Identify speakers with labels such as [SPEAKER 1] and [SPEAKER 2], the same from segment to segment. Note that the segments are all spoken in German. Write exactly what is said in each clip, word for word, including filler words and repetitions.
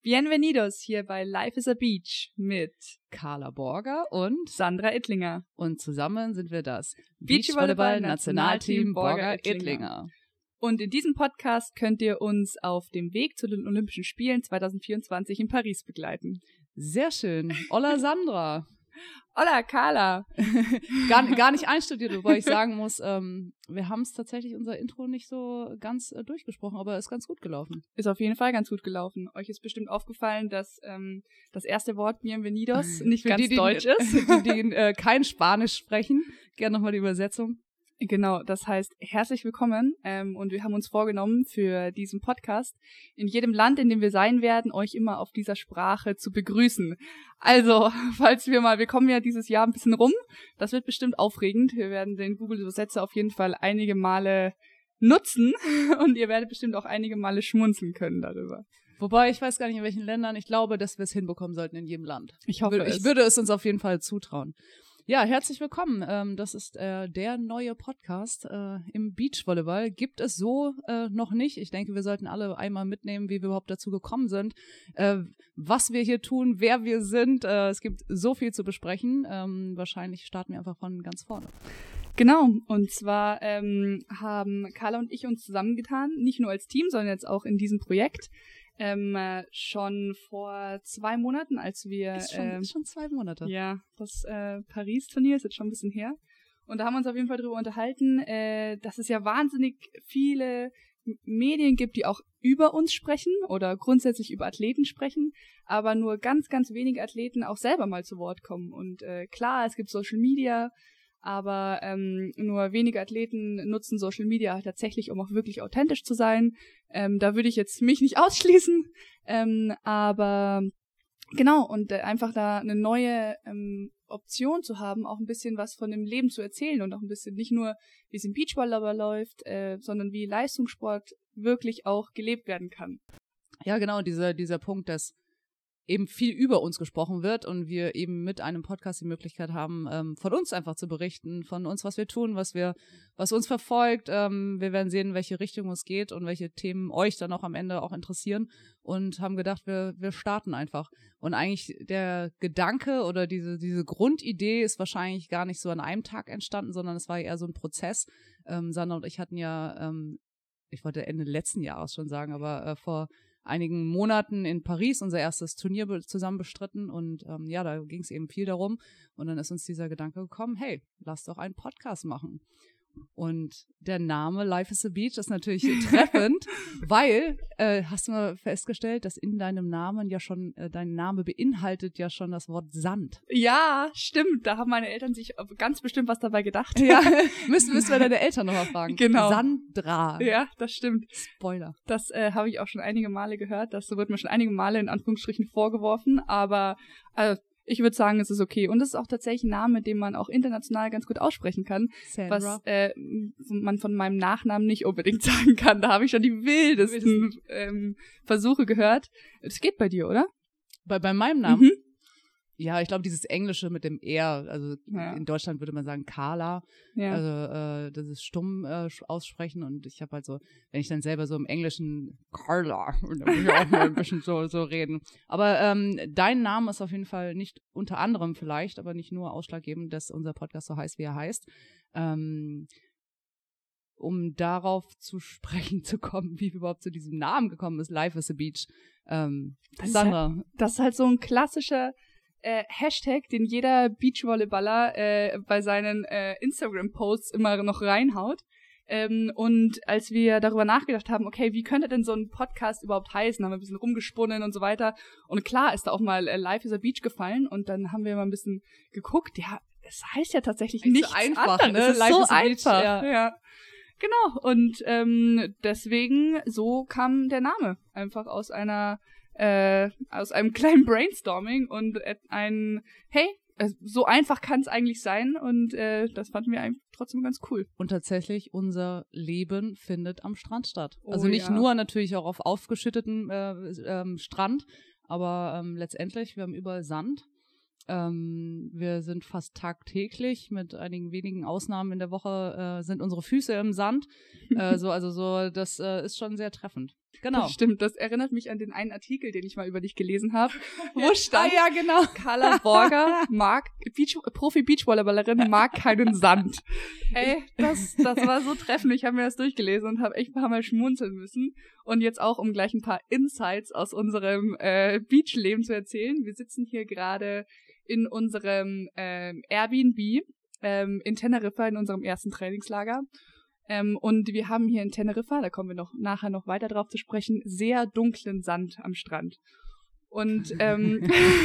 [SPEAKER 1] Bienvenidos hier bei Life is a Beach mit
[SPEAKER 2] Carla Borger und
[SPEAKER 1] Sandra Ittlinger.
[SPEAKER 2] Und zusammen sind wir das
[SPEAKER 1] Beachvolleyball-Nationalteam
[SPEAKER 2] Borger-Ittlinger.
[SPEAKER 1] Borger-Ittlinger. Und in diesem Podcast könnt ihr uns auf dem Weg zu den Olympischen Spielen zwanzig vierundzwanzig in Paris begleiten.
[SPEAKER 2] Sehr schön. Hola Sandra.
[SPEAKER 1] Hola Carla.
[SPEAKER 2] gar, gar nicht einstudiert, wobei ich sagen muss, ähm, wir haben es tatsächlich unser Intro nicht so ganz äh, durchgesprochen, aber ist ganz gut gelaufen.
[SPEAKER 1] Ist auf jeden Fall ganz gut gelaufen. Euch ist bestimmt aufgefallen, dass ähm, das erste Wort Bienvenidos nicht
[SPEAKER 2] Für
[SPEAKER 1] ganz
[SPEAKER 2] die, die,
[SPEAKER 1] deutsch ist.
[SPEAKER 2] Die, die äh, kein Spanisch sprechen, gerne nochmal die Übersetzung.
[SPEAKER 1] Genau, das heißt herzlich willkommen ähm, und wir haben uns vorgenommen, für diesen Podcast in jedem Land, in dem wir sein werden, euch immer auf dieser Sprache zu begrüßen. Also, falls wir mal, wir kommen ja dieses Jahr ein bisschen rum, das wird bestimmt aufregend. Wir werden den Google-Übersetzer auf jeden Fall einige Male nutzen und ihr werdet bestimmt auch einige Male schmunzeln können darüber.
[SPEAKER 2] Wobei, ich weiß gar nicht, in welchen Ländern, ich glaube, dass wir es hinbekommen sollten in jedem Land.
[SPEAKER 1] Ich hoffe
[SPEAKER 2] ich würde,
[SPEAKER 1] es.
[SPEAKER 2] Ich würde es uns auf jeden Fall zutrauen. Ja, herzlich willkommen. Ähm, das ist äh, der neue Podcast äh, im Beachvolleyball. Gibt es so äh, noch nicht. Ich denke, wir sollten alle einmal mitnehmen, wie wir überhaupt dazu gekommen sind, äh, was wir hier tun, wer wir sind. Äh, es gibt so viel zu besprechen. Ähm, wahrscheinlich starten wir einfach von ganz vorne.
[SPEAKER 1] Genau, und zwar ähm, haben Carla und ich uns zusammengetan, nicht nur als Team, sondern jetzt auch in diesem Projekt. Ähm, äh, schon vor zwei Monaten, als wir...
[SPEAKER 2] Ist schon,
[SPEAKER 1] äh,
[SPEAKER 2] ist schon zwei Monate.
[SPEAKER 1] Ja, das äh, Paris-Turnier ist jetzt schon ein bisschen her. Und da haben wir uns auf jeden Fall drüber unterhalten, äh, dass es ja wahnsinnig viele Medien gibt, die auch über uns sprechen oder grundsätzlich über Athleten sprechen, aber nur ganz, ganz wenige Athleten auch selber mal zu Wort kommen. Und äh, klar, es gibt Social Media, aber ähm, nur wenige Athleten nutzen Social Media tatsächlich, um auch wirklich authentisch zu sein. Ähm, da würde ich jetzt mich nicht ausschließen, ähm, aber genau, und äh, einfach da eine neue ähm, Option zu haben, auch ein bisschen was von dem Leben zu erzählen und auch ein bisschen nicht nur, wie es im Beachvolleyball läuft, äh, sondern wie Leistungssport wirklich auch gelebt werden kann.
[SPEAKER 2] Ja, genau, dieser, dieser Punkt, dass eben viel über uns gesprochen wird und wir eben mit einem Podcast die Möglichkeit haben, ähm, von uns einfach zu berichten, von uns, was wir tun, was wir, was uns verfolgt. Ähm, wir werden sehen, in welche Richtung es geht und welche Themen euch dann auch am Ende auch interessieren und haben gedacht, wir, wir starten einfach. Und eigentlich der Gedanke oder diese, diese Grundidee ist wahrscheinlich gar nicht so an einem Tag entstanden, sondern es war eher so ein Prozess. Ähm, Sandra und ich hatten ja, ähm, ich wollte Ende letzten Jahres schon sagen, aber äh, vor einigen Monaten in Paris unser erstes Turnier be- zusammen bestritten und ähm, ja, da ging es eben viel darum und dann ist uns dieser Gedanke gekommen, hey, lass doch einen Podcast machen. Und der Name Life is a Beach ist natürlich treffend, weil, äh, hast du mal festgestellt, dass in deinem Namen ja schon, äh, dein Name beinhaltet ja schon das Wort Sand.
[SPEAKER 1] Ja, stimmt, da haben meine Eltern sich ganz bestimmt was dabei gedacht.
[SPEAKER 2] Ja, müssen, müssen wir deine Eltern nochmal fragen.
[SPEAKER 1] Genau.
[SPEAKER 2] Sandra.
[SPEAKER 1] Ja, das stimmt.
[SPEAKER 2] Spoiler.
[SPEAKER 1] Das äh, habe ich auch schon einige Male gehört, das wird mir schon einige Male in Anführungsstrichen vorgeworfen, aber äh, ich würde sagen, es ist okay. Und es ist auch tatsächlich ein Name, den man auch international ganz gut aussprechen kann,
[SPEAKER 2] Sandra.
[SPEAKER 1] was äh, man von meinem Nachnamen nicht unbedingt sagen kann. Da habe ich schon die wildesten ähm, Versuche gehört. Das geht bei dir, oder?
[SPEAKER 2] Bei, bei meinem Namen?
[SPEAKER 1] Mhm.
[SPEAKER 2] Ja, ich glaube, dieses Englische mit dem R, also
[SPEAKER 1] Ja.
[SPEAKER 2] in Deutschland würde man sagen Carla,
[SPEAKER 1] Ja.
[SPEAKER 2] also äh, das ist stumm äh, aussprechen und ich habe halt so, wenn ich dann selber so im Englischen Carla, und dann muss ich auch mal ein bisschen so, so reden. Aber ähm, dein Name ist auf jeden Fall nicht unter anderem vielleicht, aber nicht nur ausschlaggebend, dass unser Podcast so heißt, wie er heißt. Ähm, um darauf zu sprechen zu kommen, wie wir überhaupt zu diesem Namen gekommen ist, Life is a Beach. Ähm,
[SPEAKER 1] Das
[SPEAKER 2] Sandra.
[SPEAKER 1] Ist halt, das ist halt so ein klassischer Äh, Hashtag, den jeder Beachvolleyballer äh, bei seinen äh, Instagram-Posts immer noch reinhaut. Ähm, und als wir darüber nachgedacht haben, okay, wie könnte denn so ein Podcast überhaupt heißen, haben wir ein bisschen rumgesponnen und so weiter. Und klar ist da auch mal äh, Life is a Beach gefallen und dann haben wir mal ein bisschen geguckt. Ja, es heißt ja tatsächlich
[SPEAKER 2] Ist
[SPEAKER 1] nichts
[SPEAKER 2] so einfach,
[SPEAKER 1] anderes.
[SPEAKER 2] ne?
[SPEAKER 1] Es ist
[SPEAKER 2] Life
[SPEAKER 1] so
[SPEAKER 2] is a Beach,
[SPEAKER 1] einfach.
[SPEAKER 2] ja.
[SPEAKER 1] Ja. Genau. Und ähm, deswegen, so kam der Name einfach aus einer Äh, aus einem kleinen Brainstorming und äh, ein, hey, äh, so einfach kann es eigentlich sein und äh, das fanden wir eigentlich trotzdem ganz cool.
[SPEAKER 2] Und tatsächlich, unser Leben findet am Strand statt.
[SPEAKER 1] Oh,
[SPEAKER 2] also nicht
[SPEAKER 1] ja.
[SPEAKER 2] nur natürlich auch auf aufgeschüttetem äh, ähm, Strand, aber ähm, letztendlich, wir haben überall Sand. Ähm, wir sind fast tagtäglich, mit einigen wenigen Ausnahmen in der Woche, äh, sind unsere Füße im Sand. äh, so, also so, das äh, ist schon sehr treffend. Genau.
[SPEAKER 1] Das stimmt, das erinnert mich an den einen Artikel, den ich mal über dich gelesen habe, wo stand,
[SPEAKER 2] ah, ja, genau.
[SPEAKER 1] Carla Borger mag, Beach, Profi-Beachvolleyballerin mag keinen Sand. Ey, das, das war so treffend. Ich habe mir das durchgelesen und habe echt ein paar Mal schmunzeln müssen. Und jetzt auch, um gleich ein paar Insights aus unserem äh, Beachleben zu erzählen. Wir sitzen hier gerade in unserem ähm, Airbnb ähm, in Teneriffa, in unserem ersten Trainingslager. Ähm, und wir haben hier in Teneriffa, da kommen wir noch nachher noch weiter drauf zu sprechen, sehr dunklen Sand am Strand. Und ähm,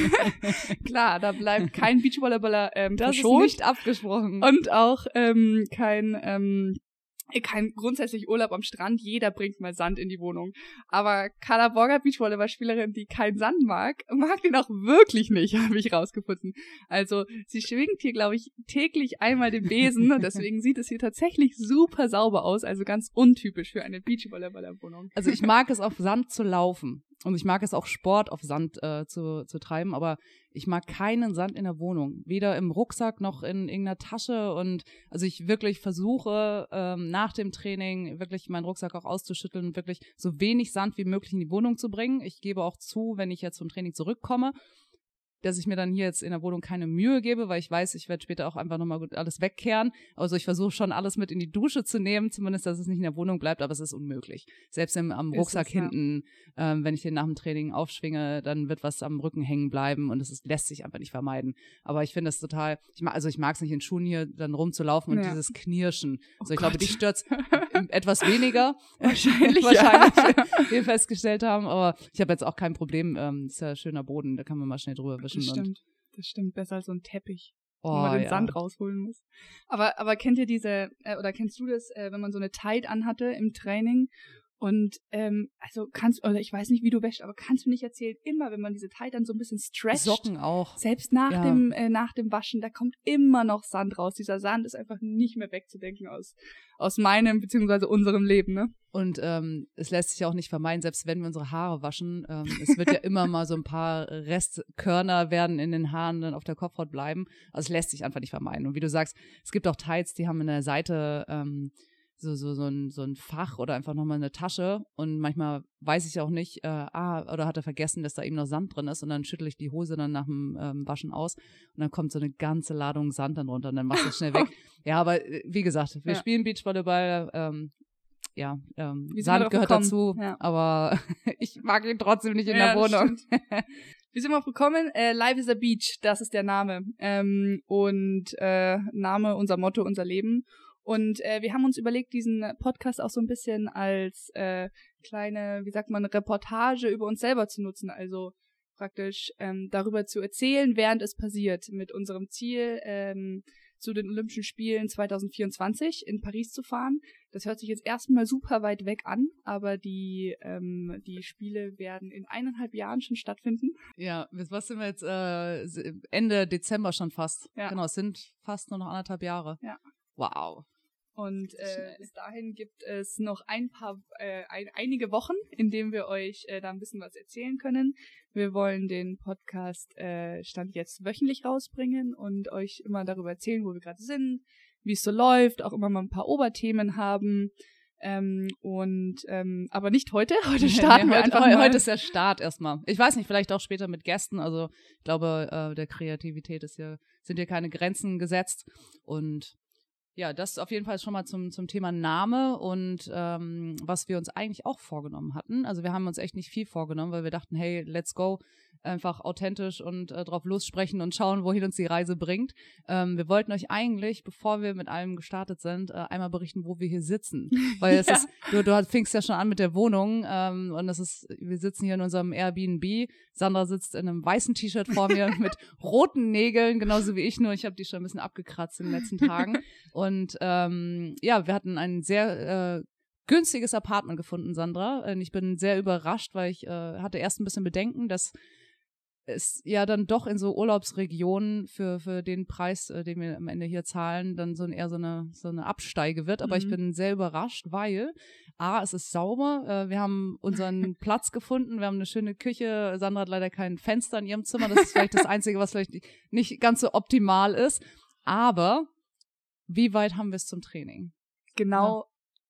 [SPEAKER 1] klar, da bleibt kein Beachvolleyballer ähm,
[SPEAKER 2] das
[SPEAKER 1] verschont.
[SPEAKER 2] ist nicht abgesprochen.
[SPEAKER 1] Und auch ähm, kein ähm, kein grundsätzlich Urlaub am Strand. Jeder bringt mal Sand in die Wohnung. Aber Carla Borger, Beachvolleyballspielerin, die keinen Sand mag, mag den auch wirklich nicht, habe ich rausgefunden. Also sie schwingt hier, glaube ich, täglich einmal den Besen. Und deswegen sieht es hier tatsächlich super sauber aus. Also ganz untypisch für eine Beachvolleyballerwohnung.
[SPEAKER 2] Also ich mag es, auf Sand zu laufen. Und ich mag es auch, Sport auf Sand äh, zu, zu treiben, aber ich mag keinen Sand in der Wohnung. Weder im Rucksack noch in irgendeiner Tasche. Und also ich wirklich versuche, ähm, nach dem Training wirklich meinen Rucksack auch auszuschütteln und wirklich so wenig Sand wie möglich in die Wohnung zu bringen. Ich gebe auch zu, wenn ich jetzt vom Training zurückkomme, dass ich mir dann hier jetzt in der Wohnung keine Mühe gebe, weil ich weiß, ich werde später auch einfach nochmal alles wegkehren. Also ich versuche schon alles mit in die Dusche zu nehmen, zumindest, dass es nicht in der Wohnung bleibt, aber es ist unmöglich. Selbst im, am Rucksack
[SPEAKER 1] es, ja.
[SPEAKER 2] hinten, ähm, wenn ich den nach dem Training aufschwinge, dann wird was am Rücken hängen bleiben und es ist, lässt sich einfach nicht vermeiden. Aber ich finde das total, ich mag, also ich mag es nicht in Schuhen hier dann rumzulaufen und ja. dieses Knirschen. Also
[SPEAKER 1] oh
[SPEAKER 2] ich
[SPEAKER 1] Gott.
[SPEAKER 2] glaube, dich stört's etwas weniger.
[SPEAKER 1] Wahrscheinlich,
[SPEAKER 2] Wahrscheinlich,
[SPEAKER 1] ja.
[SPEAKER 2] wir festgestellt haben, aber ich habe jetzt auch kein Problem. Ähm, ist ja schöner Boden, da kann man mal schnell drüber wischen.
[SPEAKER 1] Das stimmt.
[SPEAKER 2] Und
[SPEAKER 1] Das stimmt, besser als so ein Teppich,
[SPEAKER 2] oh,
[SPEAKER 1] wo man den
[SPEAKER 2] ja.
[SPEAKER 1] Sand rausholen muss. Aber aber kennt ihr diese, äh, oder kennst du das, äh, wenn man so eine Tide anhatte im Training und, ähm, also kannst, oder ich weiß nicht, wie du wäschst, aber kannst du mir nicht erzählen, immer, wenn man diese Tide dann so ein bisschen stretcht.
[SPEAKER 2] Socken auch.
[SPEAKER 1] Selbst nach
[SPEAKER 2] ja.
[SPEAKER 1] dem, äh, nach dem Waschen, da kommt immer noch Sand raus. Dieser Sand ist einfach nicht mehr wegzudenken aus, aus meinem, beziehungsweise unserem Leben, ne?
[SPEAKER 2] Und ähm, es lässt sich auch nicht vermeiden, selbst wenn wir unsere Haare waschen, ähm, es wird ja immer mal so ein paar Restkörner werden in den Haaren dann auf der Kopfhaut bleiben. Also es lässt sich einfach nicht vermeiden. Und wie du sagst, es gibt auch Tights, die haben in der Seite ähm, so so so ein so ein Fach oder einfach nochmal eine Tasche. Und manchmal weiß ich auch nicht, äh, ah, oder hat er vergessen, dass da eben noch Sand drin ist. Und dann schüttle ich die Hose dann nach dem ähm, Waschen aus. Und dann kommt so eine ganze Ladung Sand dann runter und dann machst du es schnell weg. Ja, aber äh, wie gesagt, wir
[SPEAKER 1] ja.
[SPEAKER 2] spielen Beachvolleyball, ähm, ja, ähm,
[SPEAKER 1] Wie sind wir
[SPEAKER 2] Sand
[SPEAKER 1] drauf
[SPEAKER 2] gehört
[SPEAKER 1] gekommen?
[SPEAKER 2] dazu,
[SPEAKER 1] Ja.
[SPEAKER 2] aber ich mag ihn trotzdem nicht in
[SPEAKER 1] Ja,
[SPEAKER 2] der
[SPEAKER 1] das
[SPEAKER 2] Wohnung.
[SPEAKER 1] Wie sind wir auch gekommen? Äh, Life is a Beach, das ist der Name. Ähm, und äh, Name, unser Motto, unser Leben. Und äh, wir haben uns überlegt, diesen Podcast auch so ein bisschen als äh, kleine, wie sagt man, Reportage über uns selber zu nutzen. Also praktisch ähm, darüber zu erzählen, während es passiert, mit unserem Ziel, ähm, zu den Olympischen Spielen zwanzig vierundzwanzig in Paris zu fahren. Das hört sich jetzt erstmal super weit weg an, aber die ähm, die Spiele werden in eineinhalb Jahren schon stattfinden.
[SPEAKER 2] Ja, was sind wir jetzt? Äh, Ende Dezember schon fast.
[SPEAKER 1] Ja.
[SPEAKER 2] Genau, es sind fast nur noch anderthalb Jahre.
[SPEAKER 1] Ja.
[SPEAKER 2] Wow.
[SPEAKER 1] Und äh, bis dahin gibt es noch ein paar, äh, ein, einige Wochen, in denen wir euch äh, da ein bisschen was erzählen können. Wir wollen den Podcast äh, Stand jetzt wöchentlich rausbringen und euch immer darüber erzählen, wo wir gerade sind, wie es so läuft, auch immer mal ein paar Oberthemen haben. Ähm, und ähm, aber nicht heute. Heute starten
[SPEAKER 2] nee,
[SPEAKER 1] wir
[SPEAKER 2] heute,
[SPEAKER 1] einfach
[SPEAKER 2] heute,
[SPEAKER 1] mal.
[SPEAKER 2] heute ist der Start erstmal. Ich weiß nicht, vielleicht auch später mit Gästen. Also ich glaube, äh, der Kreativität ist hier, sind hier keine Grenzen gesetzt. Und ja, das auf jeden Fall schon mal zum zum Thema Name und ähm, was wir uns eigentlich auch vorgenommen hatten. Also wir haben uns echt nicht viel vorgenommen, weil wir dachten, hey, let's go, einfach authentisch und äh, drauf lossprechen und schauen, wohin uns die Reise bringt. Ähm, wir wollten euch eigentlich, bevor wir mit allem gestartet sind, äh, einmal berichten, wo wir hier sitzen. Weil es ja. ist, du, du fingst ja schon an mit der Wohnung ähm, und das ist, wir sitzen hier in unserem Airbnb. Sandra sitzt in einem weißen T-Shirt vor mir mit roten Nägeln, genauso wie ich, nur ich habe die schon ein bisschen abgekratzt in den letzten Tagen. Und ähm, ja, wir hatten ein sehr äh, günstiges Apartment gefunden, Sandra. Und ich bin sehr überrascht, weil ich äh, hatte erst ein bisschen Bedenken, dass es ja dann doch in so Urlaubsregionen für für den Preis, äh, den wir am Ende hier zahlen, dann so ein, eher so eine so eine Absteige wird. Aber
[SPEAKER 1] Mhm.
[SPEAKER 2] ich bin sehr überrascht, weil A, es ist sauber, äh, wir haben unseren Platz gefunden, wir haben eine schöne Küche. Sandra hat leider kein Fenster in ihrem Zimmer, das ist vielleicht das Einzige, was vielleicht nicht ganz so optimal ist. Aber wie weit haben wir es zum Training?
[SPEAKER 1] Genau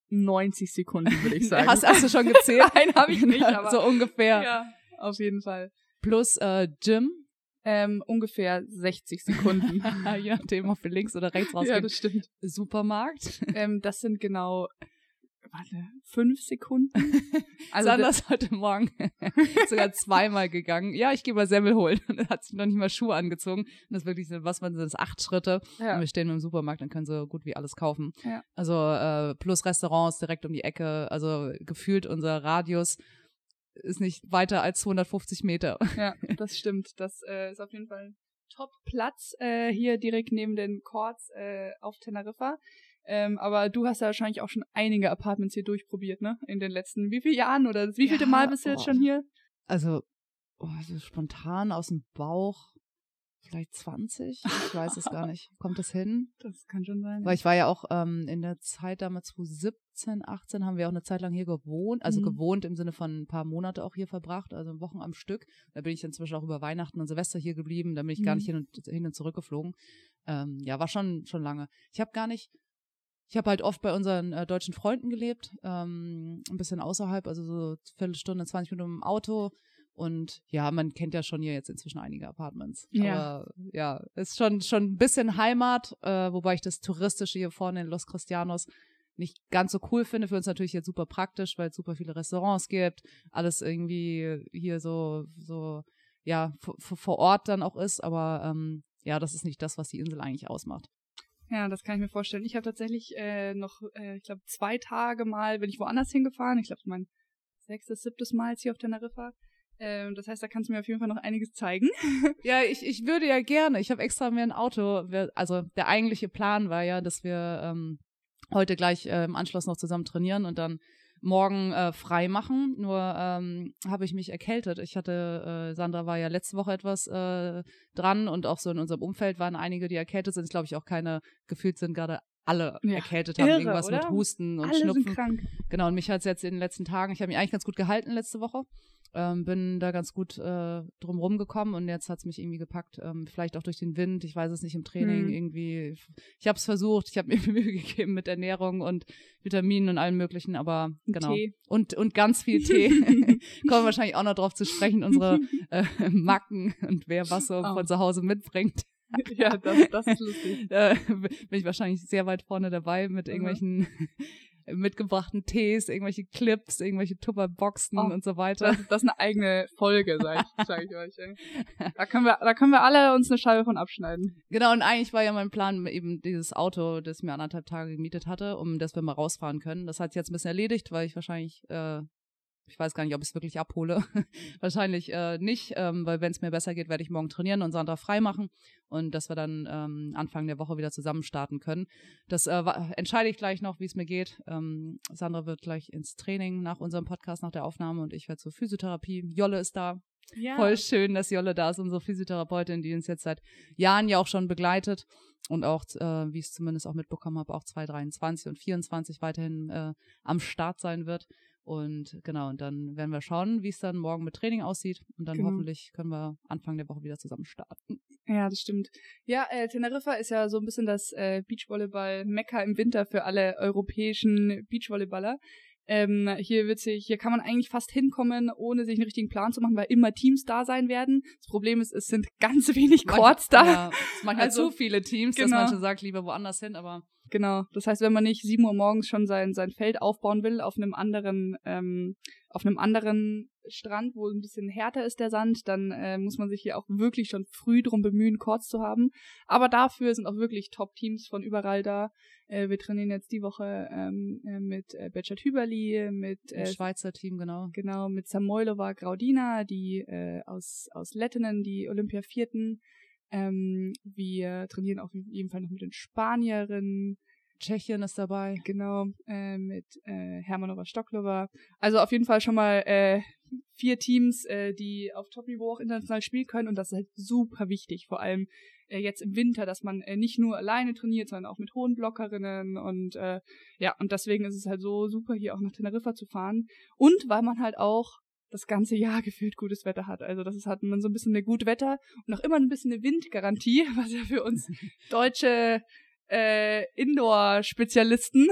[SPEAKER 1] neunzig Sekunden, würde ich sagen.
[SPEAKER 2] Hast, hast du schon gezählt?
[SPEAKER 1] Nein, habe ich nicht, aber
[SPEAKER 2] so ungefähr.
[SPEAKER 1] Ja, auf jeden Fall.
[SPEAKER 2] Plus äh, Gym?
[SPEAKER 1] Ähm, ungefähr sechzig Sekunden.
[SPEAKER 2] Je nachdem, ob wir links oder rechts rausgehen.
[SPEAKER 1] Ja, das stimmt.
[SPEAKER 2] Supermarkt?
[SPEAKER 1] Ähm, das sind genau, warte, fünf Sekunden.
[SPEAKER 2] Also Sandra ist heute Morgen sogar zweimal gegangen. Ja, ich gehe mal Semmel holen. Und dann hat sie noch nicht mal Schuhe angezogen. Und das ist wirklich, was man das acht Schritte.
[SPEAKER 1] Ja.
[SPEAKER 2] Und wir stehen im Supermarkt, dann können sie so gut wie alles kaufen.
[SPEAKER 1] Ja.
[SPEAKER 2] Also äh, plus Restaurants direkt um die Ecke. Also gefühlt unser Radius ist nicht weiter als zweihundertfünfzig Meter.
[SPEAKER 1] Ja, das stimmt. Das äh, ist auf jeden Fall ein Top-Platz äh, hier direkt neben den Courts äh, auf Teneriffa. Ähm, aber du hast ja wahrscheinlich auch schon einige Apartments hier durchprobiert, ne? In den letzten wie viele Jahren oder wie vielte
[SPEAKER 2] Ja,
[SPEAKER 1] Mal bist du
[SPEAKER 2] oh.
[SPEAKER 1] jetzt schon hier?
[SPEAKER 2] Also, oh, so spontan aus dem Bauch vielleicht zwanzig? Ich weiß es gar nicht. Kommt das hin?
[SPEAKER 1] Das kann schon sein.
[SPEAKER 2] Weil ich war ja auch ähm, in der Zeit damals zwanzig siebzehn, achtzehn haben wir auch eine Zeit lang hier gewohnt. Also mhm. gewohnt im Sinne von ein paar Monate auch hier verbracht, also Wochen am Stück. Da bin ich inzwischen auch über Weihnachten und Silvester hier geblieben. Da bin ich mhm. gar nicht hin und, hin und zurück geflogen. Ähm, ja, war schon schon lange. Ich habe gar nicht Ich habe halt oft bei unseren äh, deutschen Freunden gelebt, ähm, ein bisschen außerhalb, also so eine Viertelstunde, zwanzig Minuten im Auto. Und ja, man kennt ja schon hier jetzt inzwischen einige Apartments.
[SPEAKER 1] Ja.
[SPEAKER 2] Aber ja, ist schon schon ein bisschen Heimat, äh, wobei ich das Touristische hier vorne in Los Cristianos nicht ganz so cool finde. Für uns natürlich jetzt super praktisch, weil es super viele Restaurants gibt, alles irgendwie hier so, so ja, vor Ort dann auch ist. Aber ähm, ja, das ist nicht das, was die Insel eigentlich ausmacht.
[SPEAKER 1] Ja, das kann ich mir vorstellen. Ich habe tatsächlich äh, noch, äh, ich glaube, zwei Tage mal bin ich woanders hingefahren. Ich glaube, mein sechstes, siebtes Mal jetzt hier auf Teneriffa. Ähm, das heißt, da kannst du mir auf jeden Fall noch einiges zeigen.
[SPEAKER 2] Ja, ich, ich würde ja gerne. Ich habe extra mir ein Auto, also der eigentliche Plan war ja, dass wir ähm, heute gleich äh, im Anschluss noch zusammen trainieren und dann morgen äh, frei machen. Nur ähm, habe ich mich erkältet. Ich hatte, äh, Sandra war ja letzte Woche etwas äh, dran und auch so in unserem Umfeld waren einige, die erkältet sind. Ich glaube, ich auch keine gefühlt sind gerade alle ja, erkältet haben,
[SPEAKER 1] irre,
[SPEAKER 2] irgendwas
[SPEAKER 1] oder?
[SPEAKER 2] mit Husten und
[SPEAKER 1] alle
[SPEAKER 2] Schnupfen.
[SPEAKER 1] Sind krank.
[SPEAKER 2] Genau, und mich hat es jetzt in den letzten Tagen, ich habe mich eigentlich ganz gut gehalten letzte Woche, ähm, bin da ganz gut äh, drum rumgekommen und jetzt hat es mich irgendwie gepackt, ähm, vielleicht auch durch den Wind, ich weiß es nicht, im Training hm. irgendwie, ich habe es versucht, ich habe mir Mühe gegeben mit Ernährung und Vitaminen und allem möglichen, aber genau.
[SPEAKER 1] Tee.
[SPEAKER 2] Und, und ganz viel Tee. Kommen wir wahrscheinlich auch noch drauf zu sprechen, unsere äh, Macken und wer was so oh. von zu Hause mitbringt.
[SPEAKER 1] Ja, das, das ist lustig.
[SPEAKER 2] Da bin ich wahrscheinlich sehr weit vorne dabei mit irgendwelchen mhm. mitgebrachten Tees, irgendwelche Clips, irgendwelche Tupperboxen oh, und so weiter.
[SPEAKER 1] Das, das ist eine eigene Folge, sag ich, sag ich euch. Ey. Da können wir, da können wir alle uns eine Scheibe von abschneiden.
[SPEAKER 2] Genau, und eigentlich war ja mein Plan eben dieses Auto, das ich mir anderthalb Tage gemietet hatte, um dass wir mal rausfahren können. Das hat sich jetzt ein bisschen erledigt, weil ich wahrscheinlich äh, ich weiß gar nicht, ob ich es wirklich abhole. Wahrscheinlich äh, nicht, ähm, weil wenn es mir besser geht, werde ich morgen trainieren und Sandra frei machen und dass wir dann ähm, Anfang der Woche wieder zusammen starten können. Das äh, entscheide ich gleich noch, wie es mir geht. Ähm, Sandra wird gleich ins Training nach unserem Podcast, nach der Aufnahme und ich werde zur Physiotherapie. Jolle ist da. Ja. Voll schön, dass Jolle da ist, unsere Physiotherapeutin, die uns jetzt seit Jahren ja auch schon begleitet und auch, äh, wie ich es zumindest auch mitbekommen habe, auch zwanzig dreiundzwanzig und vierundzwanzig weiterhin äh, am Start sein wird. Und genau, und dann werden wir schauen, wie es dann morgen mit Training aussieht. Und dann genau. hoffentlich können wir Anfang der Woche wieder zusammen starten.
[SPEAKER 1] Ja, das stimmt. Ja, äh, Teneriffa ist ja so ein bisschen das äh, Beachvolleyball-Mekka im Winter für alle europäischen Beachvolleyballer. Ähm, hier wird sich, hier kann man eigentlich fast hinkommen, ohne sich einen richtigen Plan zu machen, weil immer Teams da sein werden. Das Problem ist, es sind ganz wenig Courts da.
[SPEAKER 2] Ja, manchmal also, zu viele Teams, genau. dass man schon sagt, lieber woanders hin, aber
[SPEAKER 1] genau. Das heißt, wenn man nicht sieben Uhr morgens schon sein sein Feld aufbauen will auf einem anderen ähm, auf einem anderen Strand, wo ein bisschen härter ist der Sand, dann äh, muss man sich hier auch wirklich schon früh drum bemühen, Courts zu haben. Aber dafür sind auch wirklich Top-Teams von überall da. Äh, wir trainieren jetzt die Woche ähm, mit äh, Bechat Hüberli, mit äh,
[SPEAKER 2] das Schweizer Team, genau.
[SPEAKER 1] Genau, mit Samoilova Graudina, die äh, aus aus Lettinen, die Olympia-Vierten. Ähm, wir trainieren auf jeden Fall noch mit den Spanierinnen.
[SPEAKER 2] Tschechien ist dabei.
[SPEAKER 1] Genau, äh, mit äh, Hermanova Stoklova. Also auf jeden Fall schon mal äh, vier Teams, äh, die auf Top-Niveau auch international spielen können. Und das ist halt super wichtig, vor allem äh, jetzt im Winter, dass man äh, nicht nur alleine trainiert, sondern auch mit hohen Blockerinnen. Und äh, ja, und deswegen ist es halt so super, hier auch nach Teneriffa zu fahren. Und weil man halt auch das ganze Jahr gefühlt gutes Wetter hat. Also das ist hat man so ein bisschen eine gute Wetter und auch immer ein bisschen eine Windgarantie, was ja für uns Deutsche äh, Indoor-Spezialisten,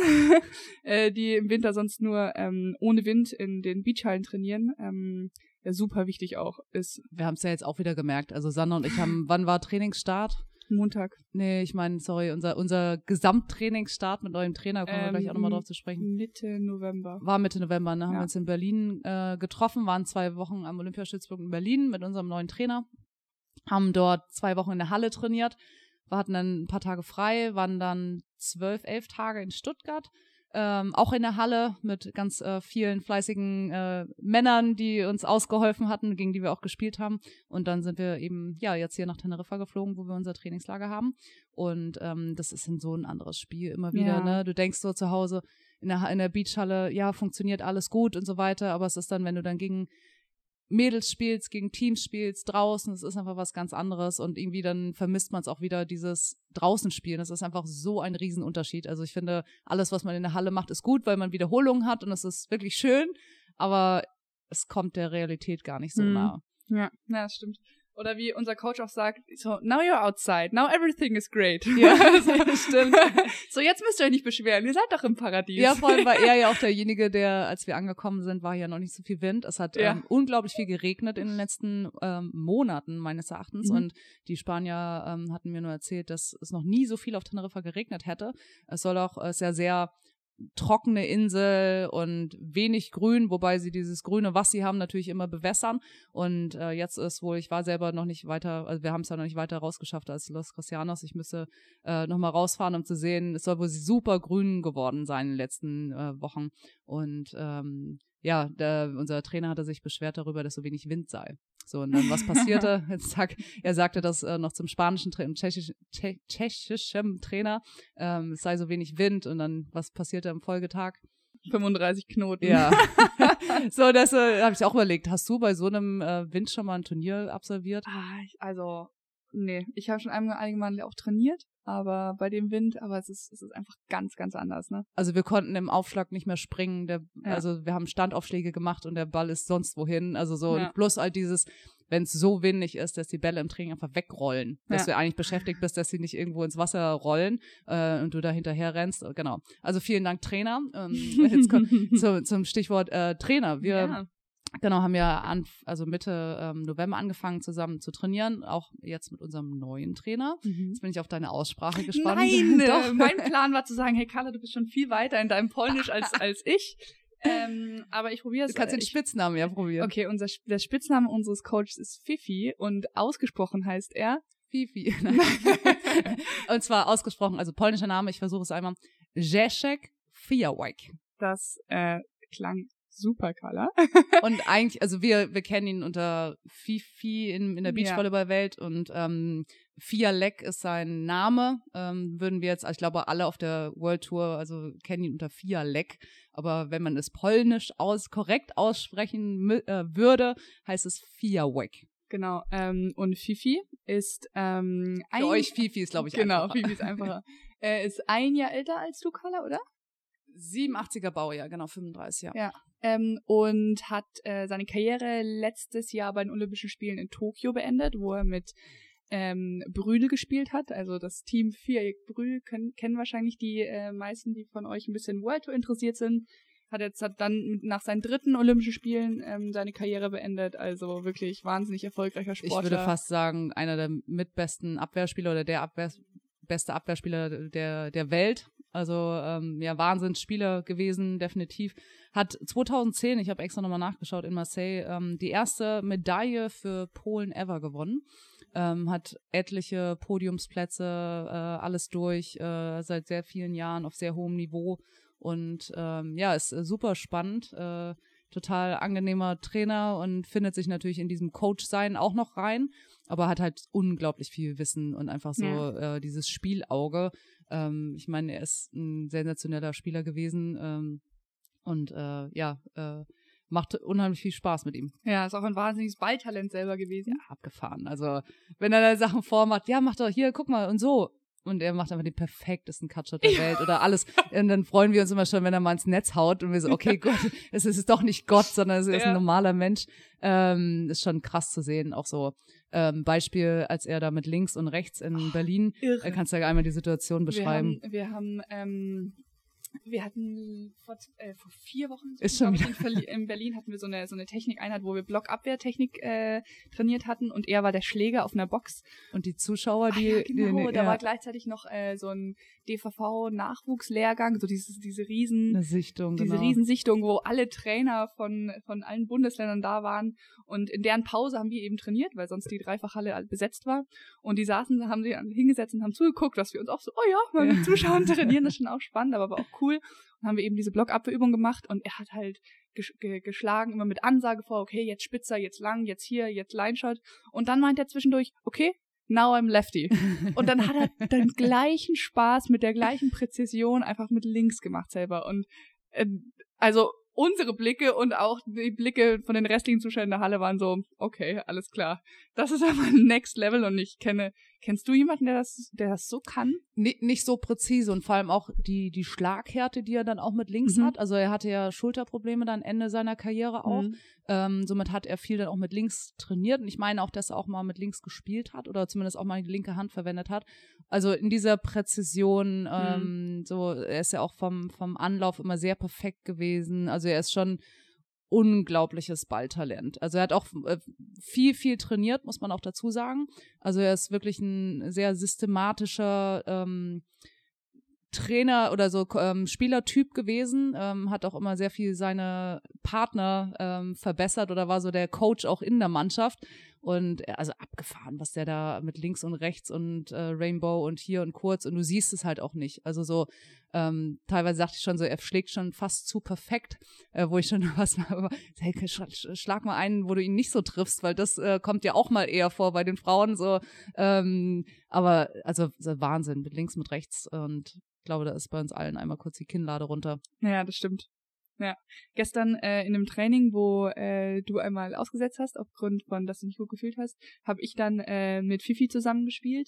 [SPEAKER 1] äh, die im Winter sonst nur ähm, ohne Wind in den Beachhallen trainieren. Ähm, ja, super wichtig auch ist.
[SPEAKER 2] Wir haben es ja jetzt auch wieder gemerkt. Also Sandra und ich haben, wann war Trainingsstart?
[SPEAKER 1] Montag.
[SPEAKER 2] Nee, ich meine, sorry, unser, unser Gesamttrainingsstart mit neuem Trainer, kommen ähm, wir gleich auch nochmal drauf zu sprechen.
[SPEAKER 1] Mitte November.
[SPEAKER 2] War Mitte November, ne? Haben
[SPEAKER 1] ja.
[SPEAKER 2] wir uns in Berlin äh, getroffen, waren zwei Wochen am Olympiastützpunkt in Berlin mit unserem neuen Trainer, haben dort zwei Wochen in der Halle trainiert, wir hatten dann ein paar Tage frei, waren dann zwölf, elf Tage in Stuttgart, ähm, auch in der Halle mit ganz äh, vielen fleißigen äh, Männern, die uns ausgeholfen hatten, gegen die wir auch gespielt haben. Und dann sind wir eben, ja, jetzt hier nach Teneriffa geflogen, wo wir unser Trainingslager haben. Und ähm, das ist so ein anderes Spiel immer wieder,
[SPEAKER 1] ja.
[SPEAKER 2] ne? Du denkst so zu Hause in der, in der Beachhalle, ja, funktioniert alles gut und so weiter, aber es ist dann, wenn du dann gegen Mädels spielst, gegen Teams spielst, draußen, es ist einfach was ganz anderes und irgendwie dann vermisst man es auch wieder, dieses draußen spielen. Das ist einfach so ein Riesenunterschied. Also ich finde, alles, was man in der Halle macht, ist gut, weil man Wiederholungen hat und es ist wirklich schön, aber es kommt der Realität gar nicht so
[SPEAKER 1] hm.
[SPEAKER 2] nah.
[SPEAKER 1] Ja, ja, das stimmt. Oder wie unser Coach auch sagt, so, now you're outside, now everything is great.
[SPEAKER 2] Ja, das stimmt.
[SPEAKER 1] So, jetzt müsst ihr euch nicht beschweren, ihr seid doch im Paradies.
[SPEAKER 2] Ja, vor allem war er ja auch derjenige, der, als wir angekommen sind, war ja noch nicht so viel Wind. Es hat ja. ähm, unglaublich viel geregnet in den letzten ähm, Monaten, meines Erachtens. Mhm. Und die Spanier ähm, hatten mir nur erzählt, dass es noch nie so viel auf Teneriffa geregnet hätte. Es soll auch äh, sehr, sehr trockene Insel und wenig Grün, wobei sie dieses Grüne, was sie haben, natürlich immer bewässern. Und äh, jetzt ist wohl, ich war selber noch nicht weiter, also wir haben es ja noch nicht weiter rausgeschafft als Los Cristianos. Ich müsste äh, nochmal rausfahren, um zu sehen, es soll wohl super grün geworden sein in den letzten äh, Wochen. Und ähm, ja, der, unser Trainer hatte sich beschwert darüber, dass so wenig Wind sei. So, und dann was passierte? Jetzt sag, er sagte das äh, noch zum spanischen, Tra- tschechisch, tschech, tschechischem Trainer, ähm, es sei so wenig Wind und dann, was passierte am Folgetag?
[SPEAKER 1] fünfunddreißig Knoten.
[SPEAKER 2] Ja. So, das äh, habe ich auch überlegt. Hast du bei so einem äh, Wind schon mal ein Turnier absolviert?
[SPEAKER 1] Ah, ich, also, nee. Ich habe schon einmal allgemein auch trainiert, aber bei dem Wind, aber es ist, es ist einfach ganz, ganz anders, ne?
[SPEAKER 2] Also wir konnten im Aufschlag nicht mehr springen. Der,
[SPEAKER 1] ja.
[SPEAKER 2] Also wir haben Standaufschläge gemacht und der Ball ist sonst wohin. Also so,
[SPEAKER 1] ja.
[SPEAKER 2] und bloß halt dieses, wenn es so windig ist, dass die Bälle im Training einfach wegrollen. Dass
[SPEAKER 1] ja.
[SPEAKER 2] du eigentlich beschäftigt bist, dass sie nicht irgendwo ins Wasser rollen äh, und du da hinterher rennst. Genau. Also vielen Dank, Trainer. Ähm, jetzt kommt zu, zum Stichwort äh, Trainer. Wir
[SPEAKER 1] ja.
[SPEAKER 2] Genau, haben ja an, also Mitte ähm, November angefangen zusammen zu trainieren, auch jetzt mit unserem neuen Trainer. Mhm. Jetzt bin ich auf deine Aussprache gespannt.
[SPEAKER 1] Nein, Doch. Mein Plan war zu sagen, hey Carla, du bist schon viel weiter in deinem Polnisch als als ich. Ähm, aber ich probiere es.
[SPEAKER 2] Du kannst den
[SPEAKER 1] ich,
[SPEAKER 2] Spitznamen ja probieren.
[SPEAKER 1] Okay, unser der Spitzname unseres Coaches ist Fifi und ausgesprochen heißt er
[SPEAKER 2] Fifi. Und zwar ausgesprochen, also polnischer Name, ich versuche es einmal. Zeszek Fiałek.
[SPEAKER 1] Das äh, klang super, Carla.
[SPEAKER 2] Und eigentlich, also wir wir kennen ihn unter Fifi in, in der Beachvolleyball-Welt und ähm, Fiałek ist sein Name. Ähm, würden wir jetzt, ich glaube, alle auf der World Tour, also kennen ihn unter Fiałek. Aber wenn man es polnisch aus korrekt aussprechen äh, würde, heißt es Fiałek.
[SPEAKER 1] Genau. Ähm, und Fifi ist ähm,
[SPEAKER 2] Für
[SPEAKER 1] ein,
[SPEAKER 2] euch Fifi ist, glaube ich,
[SPEAKER 1] genau,
[SPEAKER 2] einfacher.
[SPEAKER 1] Fifi ist einfacher. Er ist ein Jahr älter als du, Carla, oder?
[SPEAKER 2] siebenundachtziger Baujahr, genau, fünfunddreißig, ja.
[SPEAKER 1] Ja. Ähm, und hat äh, seine Karriere letztes Jahr bei den Olympischen Spielen in Tokio beendet, wo er mit ähm, Brühl gespielt hat. Also das Team Viereck Brühl können, kennen wahrscheinlich die äh, meisten, die von euch ein bisschen World Tour interessiert sind. Hat jetzt hat dann nach seinen dritten Olympischen Spielen ähm, seine Karriere beendet. Also wirklich wahnsinnig erfolgreicher Sportler.
[SPEAKER 2] Ich würde fast sagen, einer der mitbesten Abwehrspieler oder der Abwehr, beste Abwehrspieler der der Welt. Also ähm, ja, Wahnsinnsspieler gewesen, definitiv. Hat zweitausendzehn, ich habe extra nochmal nachgeschaut, in Marseille, ähm, die erste Medaille für Polen ever gewonnen. Ähm, hat etliche Podiumsplätze, äh, alles durch, äh, seit sehr vielen Jahren auf sehr hohem Niveau. Und ähm, ja, ist äh, super spannend, äh, total angenehmer Trainer und findet sich natürlich in diesem Coach-Sein auch noch rein, aber hat halt unglaublich viel Wissen und einfach so ja. äh, dieses Spielauge. Ähm, ich meine, er ist ein sensationeller Spieler gewesen ähm, und äh, ja, äh, macht unheimlich viel Spaß mit ihm.
[SPEAKER 1] Ja, ist auch ein wahnsinniges Balltalent selber gewesen.
[SPEAKER 2] Ja, abgefahren. Also, wenn er da Sachen vormacht, ja, mach doch hier, guck mal und so. und er macht einfach den perfektesten Cutshot der Welt oder alles. Und dann freuen wir uns immer schon, wenn er mal ins Netz haut und wir so, okay, Gott, es ist doch nicht Gott, sondern es ist ja. ein normaler Mensch. Ähm, ist schon krass zu sehen, auch so ähm, Beispiel, als er da mit links und rechts in oh, Berlin, äh, kannst du ja einmal die Situation beschreiben.
[SPEAKER 1] Wir haben, wir haben ähm, wir hatten vor, äh, vor vier Wochen
[SPEAKER 2] ist schon wieder.
[SPEAKER 1] In, in Berlin hatten wir so eine so eine Technikeinheit, wo wir Blockabwehrtechnik äh, trainiert hatten und er war der Schläger auf einer Box.
[SPEAKER 2] Und die Zuschauer, die...
[SPEAKER 1] Ah, ja, genau,
[SPEAKER 2] die, die
[SPEAKER 1] da
[SPEAKER 2] ja.
[SPEAKER 1] war gleichzeitig noch äh, so ein D V V-Nachwuchslehrgang, so dieses, diese riesen...
[SPEAKER 2] Eine Sichtung,
[SPEAKER 1] Diese
[SPEAKER 2] genau.
[SPEAKER 1] Riesensichtung, wo alle Trainer von von allen Bundesländern da waren und in deren Pause haben wir eben trainiert, weil sonst die Dreifachhalle besetzt war und die saßen, haben sie hingesetzt und haben zugeguckt, was wir uns auch so, oh ja, mal mit Zuschauern trainieren, das ist schon auch spannend, aber war auch cool. Und haben wir eben diese Blockabwehrübung gemacht und er hat halt ges- ge- geschlagen, immer mit Ansage vor, okay, jetzt Spitzer, jetzt lang, jetzt hier, jetzt Lineshot. Und dann meint er zwischendurch, okay, now I'm lefty. Und dann hat er den gleichen Spaß mit der gleichen Präzision einfach mit links gemacht selber. Und äh, also unsere Blicke und auch die Blicke von den restlichen Zuschauern in der Halle waren so, okay, alles klar. Das ist aber Next Level und ich kenne, kennst du jemanden, der das, der das so kann?
[SPEAKER 2] Nicht, nicht so präzise und vor allem auch die, die Schlaghärte, die er dann auch mit links
[SPEAKER 1] mhm.
[SPEAKER 2] hat. Also er hatte ja Schulterprobleme dann Ende seiner Karriere auch.
[SPEAKER 1] Mhm.
[SPEAKER 2] Ähm, somit hat er viel dann auch mit links trainiert und ich meine auch, dass er auch mal mit links gespielt hat oder zumindest auch mal die linke Hand verwendet hat. Also in dieser Präzision, ähm, mhm. so, er ist ja auch vom, vom Anlauf immer sehr perfekt gewesen. Also er ist schon unglaubliches Balltalent. Also er hat auch äh, viel, viel trainiert, muss man auch dazu sagen. Also er ist wirklich ein sehr systematischer ähm, Trainer oder so ähm, Spielertyp gewesen, ähm, hat auch immer sehr viel seine Partner ähm, verbessert oder war so der Coach auch in der Mannschaft und also abgefahren, was der da mit links und rechts und äh, Rainbow und hier und kurz und du siehst es halt auch nicht. Also so ähm, teilweise dachte ich schon so, er schlägt schon fast zu perfekt, äh, wo ich schon was mal, hey, schlag mal einen, wo du ihn nicht so triffst, weil das äh, kommt ja auch mal eher vor bei den Frauen so. Ähm, aber also so Wahnsinn mit links, mit rechts und ich glaube, da ist bei uns allen einmal kurz die Kinnlade runter.
[SPEAKER 1] Ja, das stimmt. Ja, gestern äh, in einem Training, wo äh, du einmal ausgesetzt hast, aufgrund von, dass du nicht gut gefühlt hast, habe ich dann äh, mit Fifi zusammengespielt.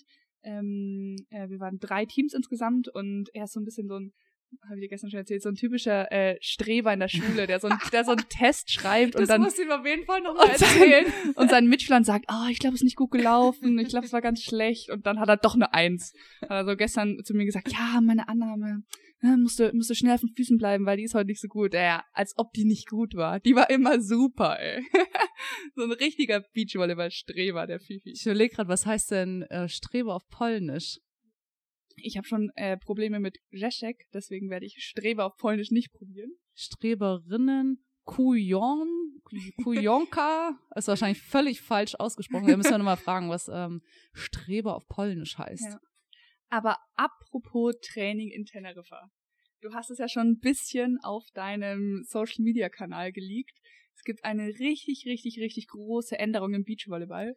[SPEAKER 1] Ähm, äh, wir waren drei Teams insgesamt und er ist so ein bisschen so ein, habe ich dir gestern schon erzählt, so ein typischer äh, Streber in der Schule, der so, ein, der so einen Test schreibt und
[SPEAKER 2] das
[SPEAKER 1] dann...
[SPEAKER 2] Das musst du ihm auf jeden Fall noch mal erzählen.
[SPEAKER 1] Sein, und sein Mitschüler sagt, oh, ich glaube, es ist nicht gut gelaufen, ich glaube, es war ganz schlecht und dann hat er doch eine Eins. Hat er so gestern zu mir gesagt, ja, meine Annahme, ja, musst du, musst du schnell auf den Füßen bleiben, weil die ist heute nicht so gut. Ja, als ob die nicht gut war. Die war immer super, ey. So ein richtiger Beachvolleyball-Streber, der Fifi.
[SPEAKER 2] Ich überlege gerade, was heißt denn äh, Streber auf Polnisch?
[SPEAKER 1] Ich habe schon äh, Probleme mit Rzeszek, deswegen werde ich Streber auf Polnisch nicht probieren.
[SPEAKER 2] Streberinnen, Kujon, Kujonka, ist wahrscheinlich völlig falsch ausgesprochen. Wir müssen ja nochmal fragen, was ähm, Streber auf Polnisch heißt.
[SPEAKER 1] Ja. Aber apropos Training in Teneriffa. Du hast es ja schon ein bisschen auf deinem Social-Media-Kanal geleakt. Es gibt eine richtig, richtig, richtig große Änderung im Beachvolleyball.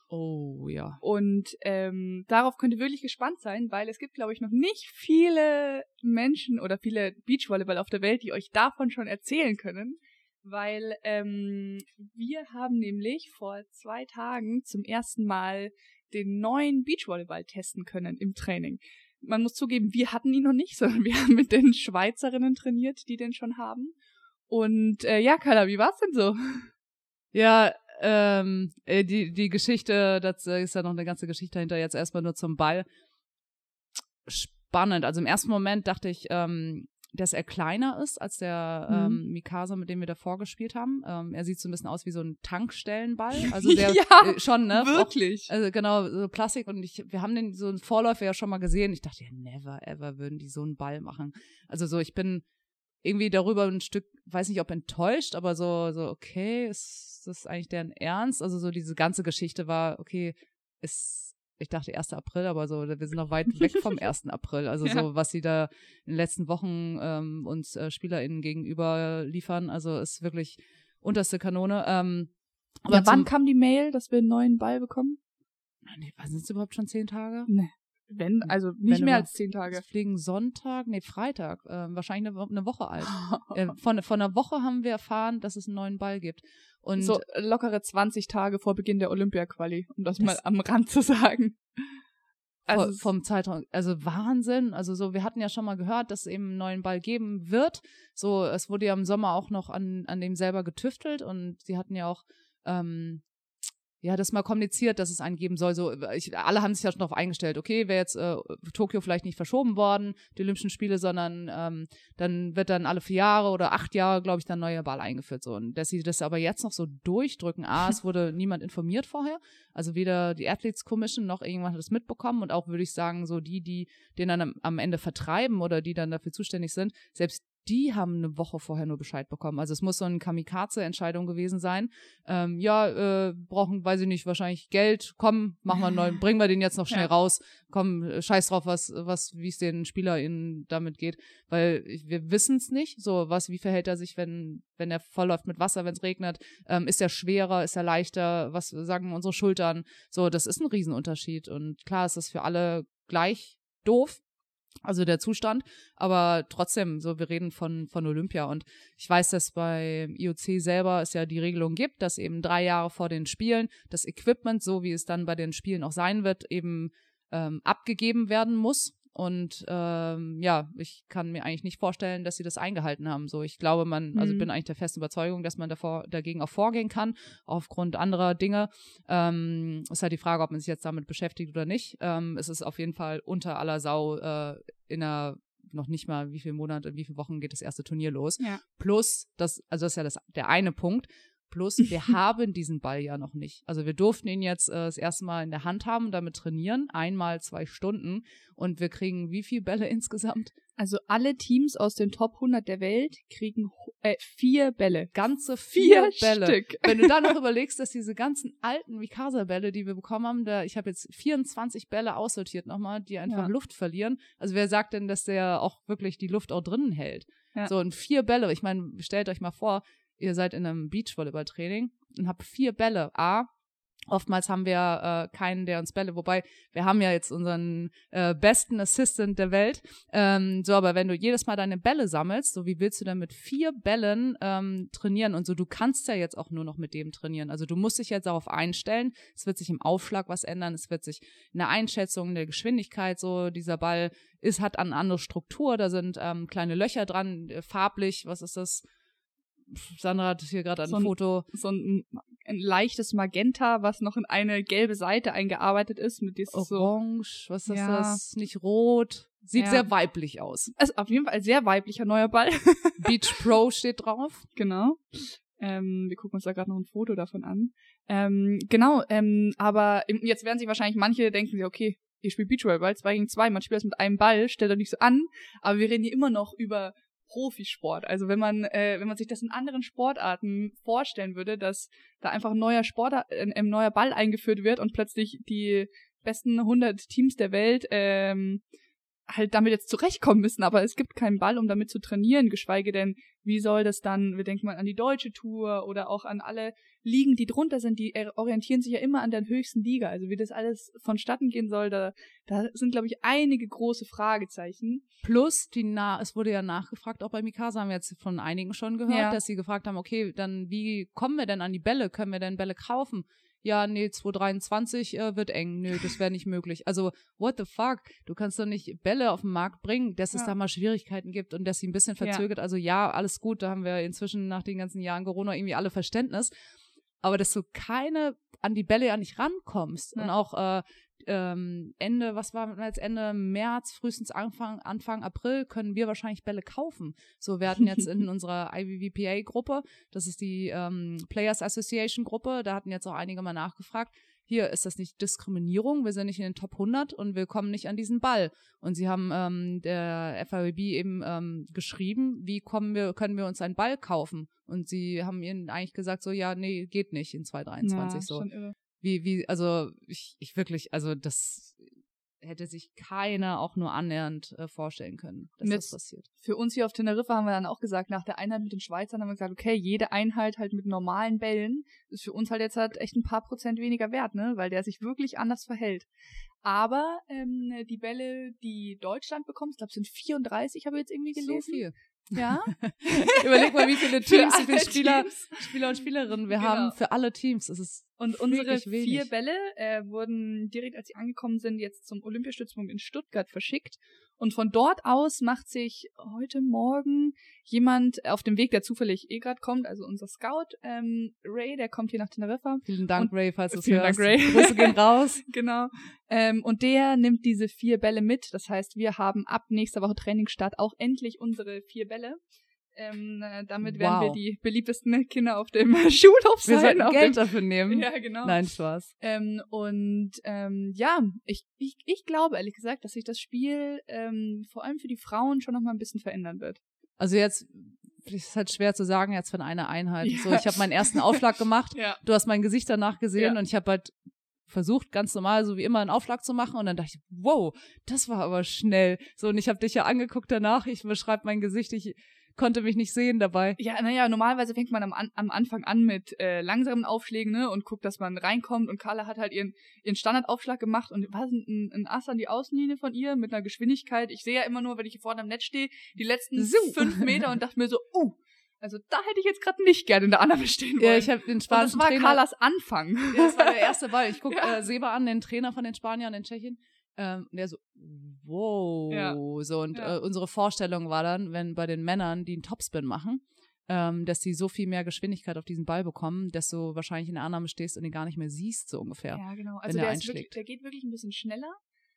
[SPEAKER 2] Oh, ja.
[SPEAKER 1] Und ähm, darauf könnt ihr wirklich gespannt sein, weil es gibt, glaube ich, noch nicht viele Menschen oder viele Beachvolleyball auf der Welt, die euch davon schon erzählen können. Weil ähm, wir haben nämlich vor zwei Tagen zum ersten Mal den neuen Beachvolleyball testen können im Training. Man muss zugeben, wir hatten ihn noch nicht, sondern wir haben mit den Schweizerinnen trainiert, die den schon haben. Und äh, ja, Carla, wie war's denn so?
[SPEAKER 2] Ja, ähm, die, die Geschichte, das ist ja noch eine ganze Geschichte dahinter, jetzt erstmal nur zum Ball. Spannend. Also im ersten Moment dachte ich, ähm, dass er kleiner ist als der mhm. ähm, Mikasa, mit dem wir davor gespielt haben. Ähm, er sieht so ein bisschen aus wie so ein Tankstellenball. Also der
[SPEAKER 1] ja,
[SPEAKER 2] äh, schon, ne?
[SPEAKER 1] Wirklich.
[SPEAKER 2] Auch, also genau, so Plastik. Und ich, wir haben den so einen Vorläufer ja schon mal gesehen. Ich dachte, ja, never ever würden die so einen Ball machen. Also so, ich bin irgendwie darüber ein Stück, weiß nicht, ob enttäuscht, aber so, so, okay, ist das eigentlich deren Ernst? Also so diese ganze Geschichte war, okay, ist ich dachte erster April, aber so, wir sind noch weit weg vom ersten April. Also ja. so, was sie da in den letzten Wochen ähm, uns äh, SpielerInnen gegenüber liefern, also ist wirklich unterste Kanone. Ähm,
[SPEAKER 1] aber ja, wann kam die Mail, dass wir einen neuen Ball bekommen?
[SPEAKER 2] Nee, sind es überhaupt schon zehn Tage?
[SPEAKER 1] Nee. Wenn, also nicht Wenn mehr als zehn Tage.
[SPEAKER 2] Wir fliegen Sonntag, nee, Freitag, äh, wahrscheinlich eine, eine Woche alt. äh, von, von einer Woche haben wir erfahren, dass es einen neuen Ball gibt. Und
[SPEAKER 1] so lockere zwanzig Tage vor Beginn der Olympia-Quali, um das, das mal am Rand zu sagen. Also
[SPEAKER 2] vom Zeitraum, also Wahnsinn. Also so, wir hatten ja schon mal gehört, dass es eben einen neuen Ball geben wird. So, es wurde ja im Sommer auch noch an, an dem selber getüftelt und sie hatten ja auch, ähm, ja, das mal kommuniziert, dass es einen geben soll. So, ich, alle haben sich ja schon darauf eingestellt, okay, wäre jetzt äh, Tokio vielleicht nicht verschoben worden, die Olympischen Spiele, sondern ähm, dann wird dann alle vier Jahre oder acht Jahre, glaube ich, dann neuer Ball eingeführt. So. Und dass sie das aber jetzt noch so durchdrücken, A, es wurde niemand informiert vorher, also weder die Athletes Commission noch irgendjemand hat das mitbekommen und auch, würde ich sagen, so die, die den dann am, am Ende vertreiben oder die dann dafür zuständig sind, selbst die haben eine Woche vorher nur Bescheid bekommen. Also es muss so eine Kamikaze-Entscheidung gewesen sein. Ähm, ja, äh, brauchen, weiß ich nicht, wahrscheinlich Geld. Komm, machen wir einen neuen, bringen wir den jetzt noch schnell ja. raus. Komm, scheiß drauf, was, was, wie es den SpielerInnen damit geht. Weil wir wissen es nicht. So, was, wie verhält er sich, wenn, wenn er vollläuft mit Wasser, wenn es regnet? Ähm, ist er schwerer, ist er leichter? Was sagen unsere Schultern? So, das ist ein Riesenunterschied. Und klar ist das für alle gleich doof. Also der Zustand, aber trotzdem, so wir reden von von Olympia und ich weiß, dass bei I O C selber es ja die Regelung gibt, dass eben drei Jahre vor den Spielen das Equipment, so wie es dann bei den Spielen auch sein wird, eben ähm, abgegeben werden muss und ähm, ja, ich kann mir eigentlich nicht vorstellen, dass sie das eingehalten haben. So, ich glaube, man, also
[SPEAKER 1] Mhm.
[SPEAKER 2] bin eigentlich der festen Überzeugung, dass man davor dagegen auch vorgehen kann, aufgrund anderer Dinge. Ähm, ist halt die Frage, ob man sich jetzt damit beschäftigt oder nicht. Ähm, es ist auf jeden Fall unter aller Sau äh, in einer noch nicht mal wie viele Monate, in wie viele Wochen geht das erste Turnier los.
[SPEAKER 1] Ja.
[SPEAKER 2] Plus, das, also das ist ja das, der eine Punkt. Plus, wir haben diesen Ball ja noch nicht. Also wir durften ihn jetzt äh, das erste Mal in der Hand haben und damit trainieren. Einmal zwei Stunden. Und wir kriegen wie viele Bälle insgesamt?
[SPEAKER 1] Also alle Teams aus den Top hundert der Welt kriegen äh, vier Bälle.
[SPEAKER 2] Ganze vier, vier Bälle.
[SPEAKER 1] Stück.
[SPEAKER 2] Wenn du da noch überlegst, dass diese ganzen alten Mikasa-Bälle, die wir bekommen haben, da, ich habe jetzt vierundzwanzig Bälle aussortiert nochmal, die einfach ja. Luft verlieren. Also wer sagt denn, dass der auch wirklich die Luft auch drinnen hält? Ja. So, und vier Bälle. Ich meine, stellt euch mal vor, ihr seid in einem Beachvolleyball-Training und habt vier Bälle. A, oftmals haben wir äh, keinen, der uns Bälle, wobei wir haben ja jetzt unseren äh, besten Assistant der Welt. Ähm, so, aber wenn du jedes Mal deine Bälle sammelst, so wie willst du dann mit vier Bällen ähm, trainieren? Und so, du kannst ja jetzt auch nur noch mit dem trainieren. Also du musst dich jetzt darauf einstellen. Es wird sich im Aufschlag was ändern. Es wird sich in der Einschätzung, in der Geschwindigkeit so, dieser Ball ist, hat eine andere Struktur. Da sind ähm, kleine Löcher dran, äh, farblich, was ist das? Sandra hat hier gerade ein,
[SPEAKER 1] so ein
[SPEAKER 2] Foto.
[SPEAKER 1] So ein, ein leichtes Magenta, was noch in eine gelbe Seite eingearbeitet ist. Mit dieses
[SPEAKER 2] Orange,
[SPEAKER 1] so,
[SPEAKER 2] was ist
[SPEAKER 1] ja.
[SPEAKER 2] das? Nicht rot. Sieht ja. sehr weiblich aus.
[SPEAKER 1] Also auf jeden Fall ein sehr weiblicher neuer Ball.
[SPEAKER 2] Beach Pro steht drauf.
[SPEAKER 1] Genau. Ähm, wir gucken uns da gerade noch ein Foto davon an. Ähm, genau, ähm, aber jetzt werden sich wahrscheinlich manche denken, okay, ihr spielt Beachvolleyball, zwei gegen zwei, man spielt das mit einem Ball, stellt euch nicht so an, aber wir reden hier immer noch über Profisport. Also wenn man äh, wenn man sich das in anderen Sportarten vorstellen würde, dass da einfach ein neuer Sport, ein, ein neuer Ball eingeführt wird und plötzlich die besten hundert Teams der Welt ähm, halt damit jetzt zurechtkommen müssen, aber es gibt keinen Ball, um damit zu trainieren, geschweige denn, wie soll das dann, wir denken mal an die deutsche Tour oder auch an alle Ligen, die drunter sind, die orientieren sich ja immer an der höchsten Liga, also wie das alles vonstatten gehen soll, da, da sind, glaube ich, einige große Fragezeichen.
[SPEAKER 2] Plus, die Na- es wurde ja nachgefragt, auch bei Mikasa haben wir jetzt von einigen schon gehört, ja. dass sie gefragt haben, okay, dann wie kommen wir denn an die Bälle, können wir denn Bälle kaufen? Ja, nee, zwanzig dreiundzwanzig äh, wird eng. Nö, das wäre nicht möglich. Also, what the fuck? Du kannst doch nicht Bälle auf den Markt bringen, dass ja. es da mal Schwierigkeiten gibt und dass sie ein bisschen verzögert. Ja. Also ja, alles gut, da haben wir inzwischen nach den ganzen Jahren Corona irgendwie alle Verständnis. Aber dass du keine an die Bälle ja nicht rankommst. Ja. Und auch äh, ähm, Ende, was war jetzt Ende März, frühestens Anfang, Anfang April können wir wahrscheinlich Bälle kaufen. So, wir hatten jetzt in unserer I B V P A-Gruppe, das ist die ähm, Players Association-Gruppe, da hatten jetzt auch einige mal nachgefragt, hier, ist das nicht Diskriminierung? Wir sind nicht in den Top hundert und wir kommen nicht an diesen Ball. Und sie haben ähm, der F I V B eben ähm, geschrieben, wie kommen wir, können wir uns einen Ball kaufen? Und sie haben ihnen eigentlich gesagt, so, ja, nee, geht nicht in zwanzig dreiundzwanzig. Ja, so. Schon irre. Wie, wie, also ich, ich wirklich, also das hätte sich keiner auch nur annähernd äh, vorstellen können, dass das passiert.
[SPEAKER 1] Für uns hier auf Teneriffa haben wir dann auch gesagt, nach der Einheit mit den Schweizern haben wir gesagt, okay, jede Einheit halt mit normalen Bällen ist für uns halt jetzt halt echt ein paar Prozent weniger wert, ne, weil der sich wirklich anders verhält. Aber ähm, die Bälle, die Deutschland bekommt, ich glaube, es sind vierunddreißig, habe ich jetzt irgendwie gelesen.
[SPEAKER 2] So viel.
[SPEAKER 1] Ja.
[SPEAKER 2] Überleg mal, wie viele Teams, wie viele Spieler, Teams. Spieler und Spielerinnen wir genau. haben für alle Teams. Das ist
[SPEAKER 1] Und unsere
[SPEAKER 2] Wirklich wenig.
[SPEAKER 1] vier Bälle äh, wurden direkt, als sie angekommen sind, jetzt zum Olympiastützpunkt in Stuttgart verschickt. Und von dort aus macht sich heute Morgen jemand auf dem Weg, der zufällig eh gerade kommt, also unser Scout, ähm, Ray, der kommt hier nach Teneriffa.
[SPEAKER 2] Vielen Dank,
[SPEAKER 1] und,
[SPEAKER 2] Ray, falls du es
[SPEAKER 1] vielen
[SPEAKER 2] hörst.
[SPEAKER 1] Dank, Ray.
[SPEAKER 2] Grüße gehen raus.
[SPEAKER 1] Genau. Ähm, und der nimmt diese vier Bälle mit. Das heißt, wir haben ab nächster Woche Trainingsstart auch endlich unsere vier Bälle. Ähm, äh, damit werden
[SPEAKER 2] Wow.
[SPEAKER 1] wir die beliebtesten Kinder auf dem Schulhof sein.
[SPEAKER 2] Wir sollten
[SPEAKER 1] auf
[SPEAKER 2] Geld
[SPEAKER 1] dem,
[SPEAKER 2] dafür nehmen.
[SPEAKER 1] Ja, genau.
[SPEAKER 2] Nein, Spaß.
[SPEAKER 1] Ähm, und ähm, ja, ich, ich, ich glaube ehrlich gesagt, dass sich das Spiel ähm, vor allem für die Frauen schon noch mal ein bisschen verändern wird.
[SPEAKER 2] Also jetzt, es ist halt schwer zu sagen jetzt von einer Einheit.
[SPEAKER 1] Ja.
[SPEAKER 2] So, ich habe meinen ersten Aufschlag gemacht.
[SPEAKER 1] Ja.
[SPEAKER 2] Du hast mein Gesicht danach gesehen
[SPEAKER 1] Ja.
[SPEAKER 2] und ich habe halt versucht, ganz normal, so wie immer, einen Aufschlag zu machen und dann dachte ich, wow, das war aber schnell. So, und ich habe dich ja angeguckt danach, ich beschreibe mein Gesicht, ich konnte mich nicht sehen dabei.
[SPEAKER 1] Ja, naja, normalerweise fängt man am, An- am Anfang an mit äh, langsamen Aufschlägen, ne, und guckt, dass man reinkommt. Und Carla hat halt ihren, ihren Standardaufschlag gemacht und war ein, ein Ass an die Außenlinie von ihr mit einer Geschwindigkeit. Ich sehe ja immer nur, wenn ich hier vorne am Netz stehe, die letzten
[SPEAKER 2] So.
[SPEAKER 1] fünf Meter und dachte mir so, uh, also da hätte ich jetzt gerade nicht gerne in der Annahme stehen wollen.
[SPEAKER 2] Ja, ich habe den
[SPEAKER 1] und das
[SPEAKER 2] spanischen
[SPEAKER 1] war
[SPEAKER 2] Trainer.
[SPEAKER 1] Carlas Anfang.
[SPEAKER 2] Ja, das war der erste Ball. Ich gucke
[SPEAKER 1] Ja.
[SPEAKER 2] äh, Seba an, den Trainer von den Spaniern in Tschechien. Ähm, der so, wow.
[SPEAKER 1] Ja.
[SPEAKER 2] So, und
[SPEAKER 1] Ja.
[SPEAKER 2] äh, unsere Vorstellung war dann, wenn bei den Männern, die einen Topspin machen, ähm, dass die so viel mehr Geschwindigkeit auf diesen Ball bekommen, dass du wahrscheinlich in der Annahme stehst und ihn gar nicht mehr siehst, so ungefähr.
[SPEAKER 1] Ja, genau.
[SPEAKER 2] wenn
[SPEAKER 1] Also
[SPEAKER 2] er
[SPEAKER 1] der, ist wirklich,
[SPEAKER 2] einschlägt.
[SPEAKER 1] der geht wirklich ein bisschen schneller.